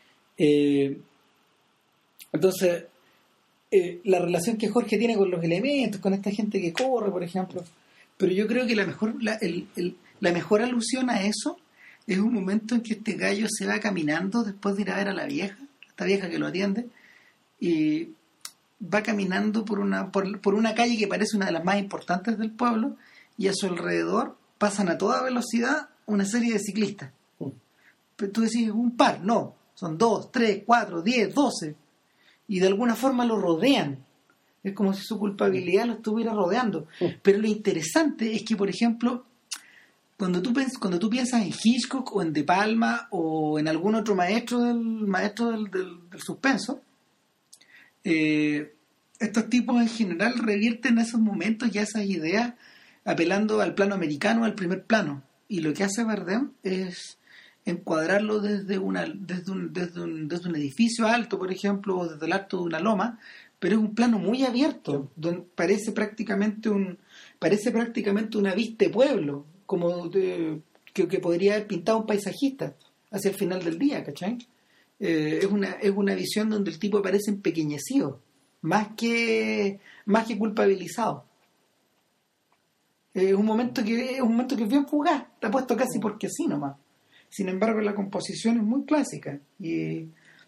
Entonces, la relación que Jorge tiene con los elementos, con esta gente que corre, por ejemplo. Pero yo creo que la mejor alusión a eso es un momento en que este gallo se va caminando después de ir a ver a la vieja, esta vieja que lo atiende, y va caminando por una calle que parece una de las más importantes del pueblo, y a su alrededor pasan a toda velocidad una serie de ciclistas. Pero tú decís, un par, no, son 2, 3, 4, 10, 12, y de alguna forma lo rodean. Es como si su culpabilidad lo estuviera rodeando. Pero lo interesante es que, por ejemplo, cuando tú piensas en Hitchcock o en De Palma o en algún otro maestro del suspenso, estos tipos en general revierten esos momentos y esas ideas apelando al plano americano, al primer plano. Y lo que hace Bardem es encuadrarlo desde un edificio alto, por ejemplo, o desde el alto de una loma, pero es un plano muy abierto, donde parece prácticamente una vista de pueblo, como que podría haber pintado un paisajista hacia el final del día, ¿cachai? Es una visión donde el tipo aparece empequeñecido, más que culpabilizado. Es un momento que es bien fugaz, está puesto casi porque sí nomás. Sin embargo, la composición es muy clásica y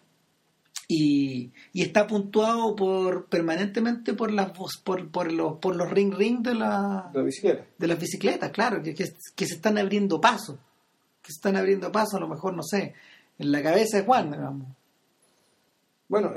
está puntuado permanentemente por los ring de las bicicletas, claro, que se están abriendo paso, a lo mejor, no sé, en la cabeza de Juan, digamos. Bueno,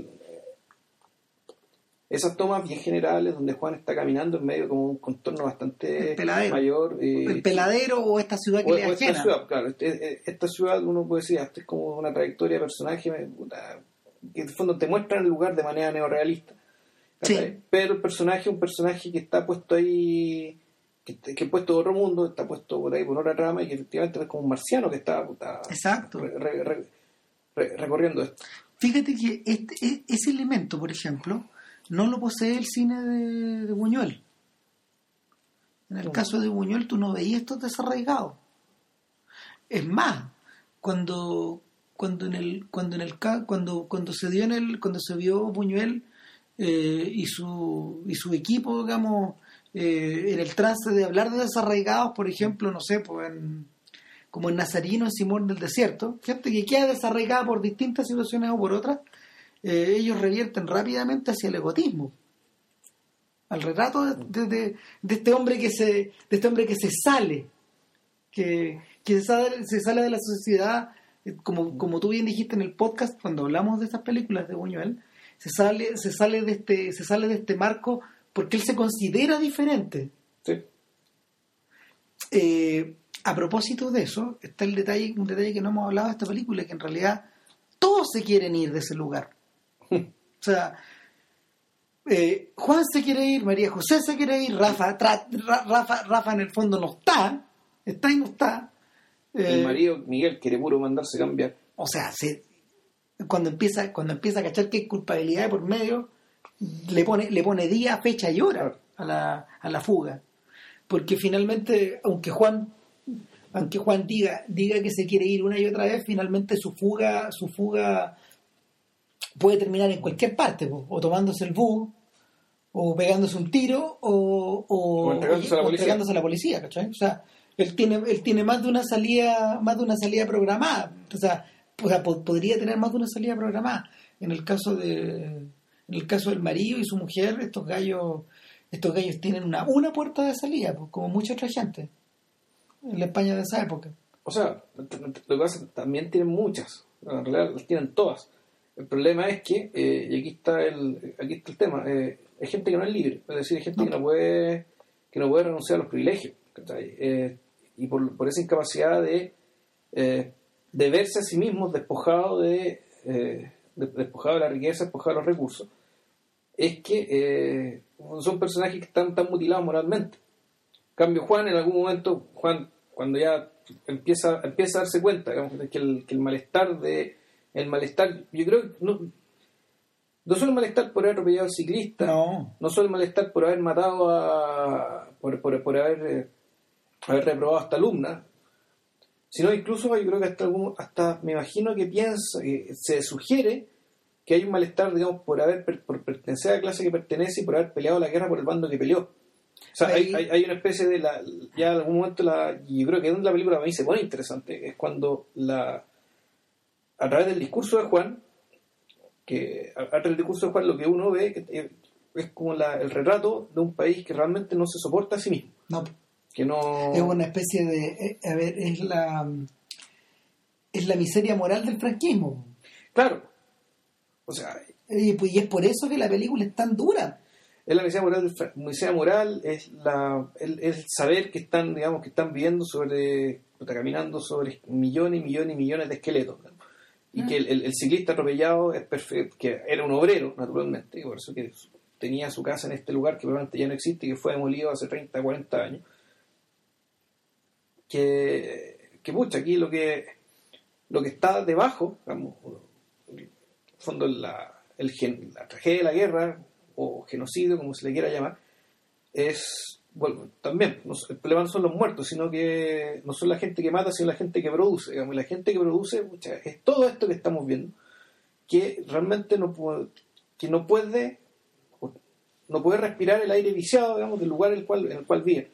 esas tomas bien generales donde Juan está caminando en medio como un contorno bastante mayor. El peladero o esta ciudad que le ajena. Esta ciudad, claro. Esta ciudad, uno puede decir, es como una trayectoria de personaje que en el fondo te muestra el lugar de manera neorrealista. Sí. Pero el personaje es un personaje que está puesto ahí, que es puesto de otro mundo, está puesto por ahí por otra trama y que efectivamente es como un marciano que está exacto. Recorriendo esto. Fíjate que ese elemento, por ejemplo, no lo posee el cine de Buñuel. En el caso de Buñuel tú no veías estos desarraigados. Es más, cuando se vio Buñuel y su equipo, digamos, en el trance de hablar de desarraigados, por ejemplo, no sé, pues como en Nazarino, en Simón del Desierto, gente que queda desarraigada por distintas situaciones o por otras, ellos revierten rápidamente hacia el egotismo, al retrato de este hombre que se sale, que se sale de la sociedad, como tú bien dijiste en el podcast cuando hablamos de estas películas de Buñuel, se sale de este marco porque él se considera diferente. Sí. A propósito de eso, está un detalle que no hemos hablado de esta película, que en realidad todos se quieren ir de ese lugar. O sea, Juan se quiere ir, María José se quiere ir, Rafa en el fondo no está y no está. El marido Miguel quiere puro mandarse cambiar. O sea, cuando empieza a cachar que hay culpabilidad de por medio, le pone día, fecha y hora. a la fuga. Porque finalmente, aunque Juan diga que se quiere ir una y otra vez, finalmente su fuga puede terminar en cualquier parte, o tomándose el bus, o pegándose un tiro, o entregándose a la policía, ¿cachai? O sea, él tiene más de una salida programada. O sea, podría tener más de una salida programada. En el caso del marido y su mujer, estos gallos tienen una puerta de salida, pues, como mucha otra gente en la España de esa época. O sea, lo que pasa es que también tienen muchas, en realidad las tienen todas. El problema es que, y aquí está el tema, hay gente que no es libre, es decir, hay gente que no puede renunciar a los privilegios, y por esa incapacidad de verse a sí mismos despojado de la riqueza, despojado de los recursos, es que son personajes que están tan mutilados moralmente. En cambio, Juan, en algún momento, cuando ya empieza a darse cuenta, digamos, de que el malestar, yo creo que no solo el malestar por haber atropellado al ciclista, no solo el malestar por haber matado por haber reprobado a esta alumna, sino incluso yo creo que hasta me imagino que se sugiere que hay un malestar, digamos, por pertenecer a la clase que pertenece y por haber peleado la guerra por el bando que peleó. O sea, hay una especie de ya en algún momento yo creo que es donde la película a mí se pone interesante, es cuando a través del discurso de Juan, lo que uno ve es como el retrato de un país que realmente no se soporta a sí mismo. No. Que no... Es una especie de... es la miseria moral del franquismo. Claro. O sea... Y es por eso que la película es tan dura. Es la miseria moral, es el saber que están viviendo caminando sobre millones y millones y millones de esqueletos, ¿no? Y que el ciclista atropellado es perfecto, que era un obrero, naturalmente, y por eso que tenía su casa en este lugar que probablemente ya no existe y que fue demolido hace 30, 40 años. Que pucha, aquí lo que está debajo, digamos, en el fondo la tragedia de la guerra o genocidio, como se le quiera llamar, es, bueno, también el problema no son los muertos, sino que no son la gente que mata, sino la gente que produce, digamos, y la gente que produce, pucha, es todo esto que estamos viendo, que realmente no puede respirar el aire viciado, digamos, del lugar en el cual vive.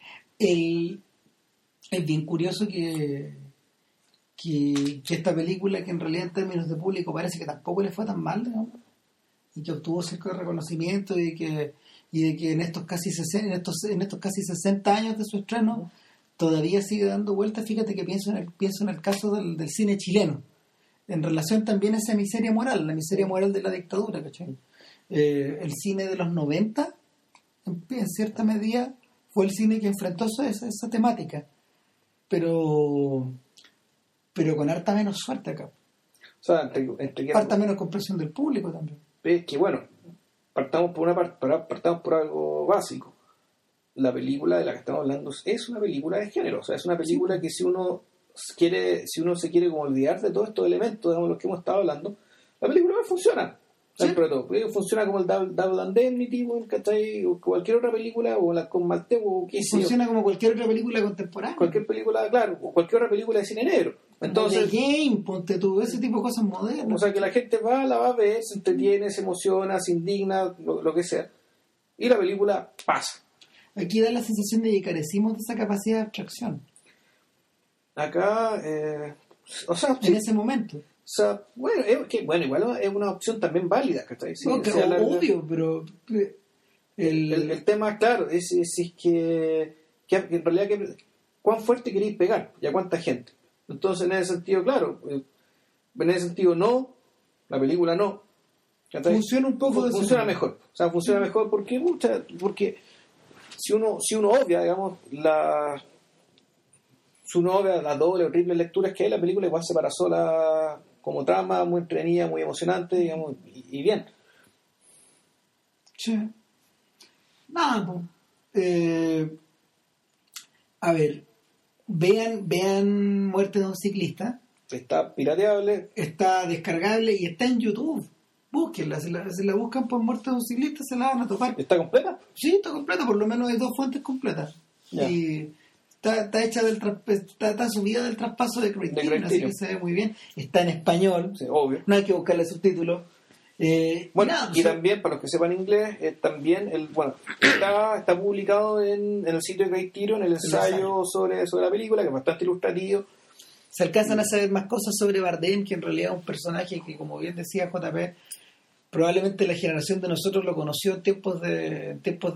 Es bien curioso que esta película, que en realidad en términos de público parece que tampoco le fue tan mal, digamos, y que obtuvo cierto reconocimiento, y de que en estos casi 60 años de su estreno todavía sigue dando vueltas. Fíjate que pienso en el caso del cine chileno, en relación también a esa miseria moral, la miseria moral de la dictadura, ¿cachai? El cine de los 90, en cierta medida, fue el cine que enfrentó esa temática, pero con harta menos suerte acá. O sea, harta menos comprensión del público también. Es que, bueno, partamos por algo básico. La película de la que estamos hablando es una película de género. O sea, es una película que si uno se quiere como olvidar de todos estos elementos, digamos, los que hemos estado hablando, la película no funciona. ¿Sí? Funciona como el Double Indemnity, ¿cachai? O cualquier otra película, o con Malteo, o qué sé yo. Funciona como cualquier otra película contemporánea. Cualquier película, claro, o cualquier otra película de cine negro. Entonces, The Game, ponte tú, ese tipo de cosas modernas. O sea, que la gente la va a ver, se entretiene, se emociona, se indigna, lo que sea. Y la película pasa. Aquí da la sensación de que carecimos de esa capacidad de abstracción. Acá, o sea... En ese momento. O sea, igual es una opción también válida, ¿cachai? Sí, obvio, pero... El tema, claro, es que en realidad ¿cuán fuerte queréis pegar? ¿Y a cuánta gente? Entonces, en ese sentido, claro, no, la película no. ¿Cachai? Funciona un poco funciona mejor. O sea, funciona mejor porque si uno obvia, digamos, la doble o triple lecturas que hay, la película igual se para sola como trama, muy entretenida, muy emocionante, digamos, y bien. Sí. Nada, a ver, vean Muerte de un ciclista. Está pirateable. Está descargable y está en YouTube. Búsquenla, si la buscan por muerte de un ciclista se la van a topar. ¿Está completa? Sí, está completa, por lo menos hay 2 fuentes completas. Ya. Y está hecha está subida del traspaso de Criterion, así que se ve muy bien. Está en español, Sí, obvio. no hay que buscarle subtítulos. Bueno, nada, y también, para los que sepan inglés, también está publicado en el sitio de Criterion el ensayo sobre la película, que es bastante ilustrativo. se alcanzan a saber más cosas sobre Bardem, que en realidad es un personaje que, como bien decía JP, probablemente la generación de nosotros lo conoció en tiempos de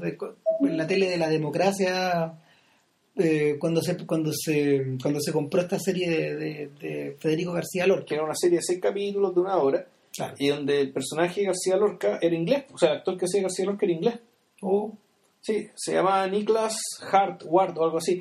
en la tele de la democracia, cuando se compró esta serie de Federico García Lorca. Que era una serie de 6 capítulos de 1 hora, Claro. y donde el personaje de García Lorca era inglés, o sea, el actor que hacía García Lorca era inglés. Oh, Sí, se llamaba Nicholas Hart Ward o algo así.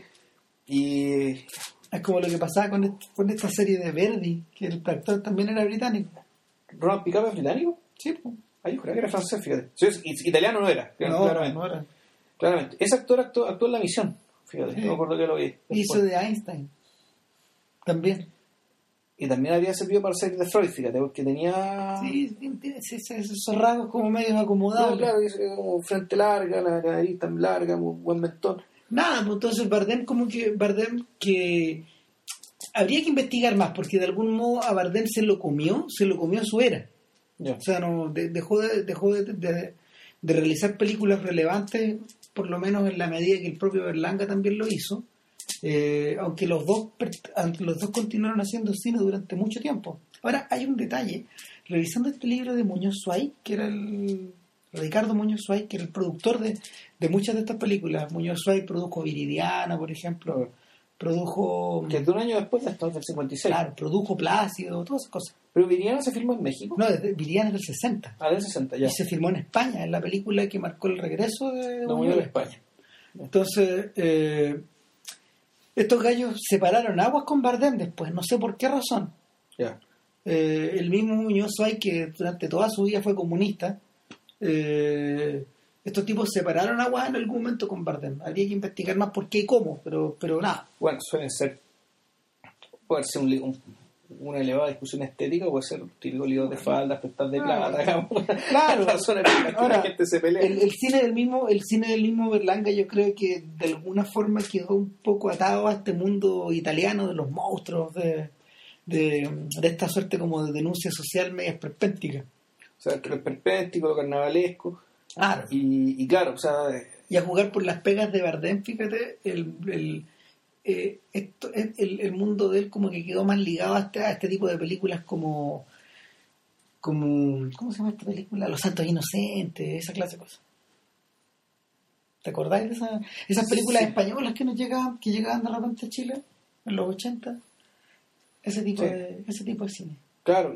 Y es como lo que pasaba con esta serie de Verdi, que el actor también era británico. Ronald Picard es británico. Sí, pues. Ah, yo creo que era francés, fíjate. Sí, italiano no era, claramente. No era. Claramente. Ese actor actuó en La Misión, fíjate, Sí. no me acuerdo que lo vi. Hizo de Einstein. También. Y también había servido para la serie de Freud, fíjate, porque tenía... Sí, tiene esos rasgos como medio acomodados. No, claro, como frente larga, la nariz tan larga, muy buen mentón. Nada, pues entonces Bardem que habría que investigar más, porque de algún modo a Bardem se lo comió su era. Ya. O sea, no dejó de realizar películas relevantes, por lo menos en la medida que el propio Berlanga también lo hizo, aunque los dos continuaron haciendo cine durante mucho tiempo. Ahora, hay un detalle. Revisando este libro de Muñoz Suárez, que era Ricardo Muñoz Suárez, que era el productor de muchas de estas películas. Muñoz Suárez produjo Viridiana, por ejemplo, produjo... Que de un año después, hasta el 56. Claro, produjo Plácido, todas esas cosas. Pero Viridiana se filmó en México. No, Viridiana es del 60. Ah, del 60, ya. Y se filmó en España, en la película que marcó el regreso de No, Muñoz de España. Entonces, estos gallos separaron aguas con Bardem después, no sé por qué razón. Ya. El mismo Muñoz Suárez, que durante toda su vida fue comunista, estos tipos separaron aguas en algún momento con Bardem. Habría que investigar más por qué y cómo, pero nada. Bueno, puede ser una elevada discusión estética, puede ser típico lío de faldas, prestar de plata, digamos. Claro. Razones por las que Ahora, la gente se pelea. El cine del mismo Berlanga, yo creo que de alguna forma quedó un poco atado a este mundo italiano de los monstruos, de esta suerte como de denuncia social media esperpéntica. O sea, lo perpéntico, lo carnavalesco. Claro. Y claro, o sea... Y a jugar por las pegas de Bardem, fíjate, el mundo de él como que quedó más ligado a este tipo de películas como ¿cómo se llama esta película? Los Santos Inocentes, esa clase de cosas. ¿Te acordáis de esas películas españolas que llegaban de repente a Chile en los 80? Ese tipo de cine. Claro,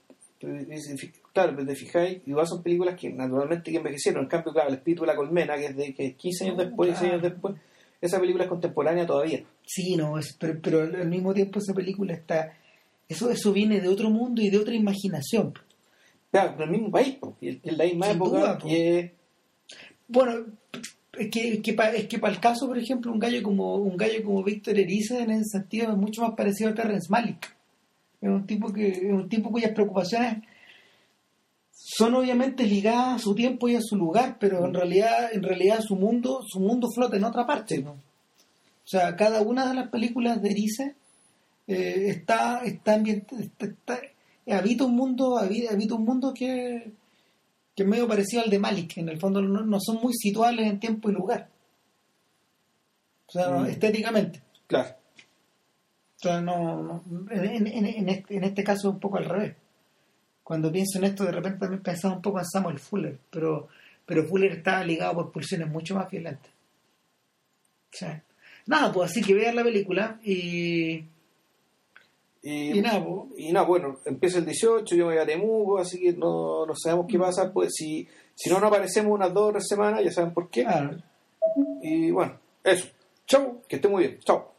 te fijáis, igual son películas que naturalmente que envejecieron. En cambio, claro, El espíritu de la colmena, que es de 15 años después, 16 años después, esa película es contemporánea todavía. Sí, no, pero al mismo tiempo esa película está... Eso viene de otro mundo y de otra imaginación. Claro, del mismo país, y en la misma Sin época duda, que... Bueno, es que para el caso, por ejemplo, un gallo como Víctor Erice, en ese sentido, es mucho más parecido a Terrence Malick. Es un tipo cuyas preocupaciones son obviamente ligadas a su tiempo y a su lugar, pero en realidad su mundo flota en otra parte, ¿no? O sea, cada una de las películas de Erice habita un mundo que es medio parecido al de Malick. En el fondo no son muy situables en tiempo y lugar. O sea, estéticamente. Claro. O sea, en este caso es un poco al revés. Cuando pienso en esto, de repente también pensaba un poco en Samuel Fuller, pero Fuller está ligado por pulsiones mucho más violentas. O sea, nada, pues así que vean la película y nada, pues. Y nada, bueno, empieza el 18, yo me voy a Temuco, así que no sabemos qué pasa. Pues si no aparecemos unas 2 o 3 semanas, ya saben por qué. Claro. Y bueno, eso. Chau, que esté muy bien. Chau.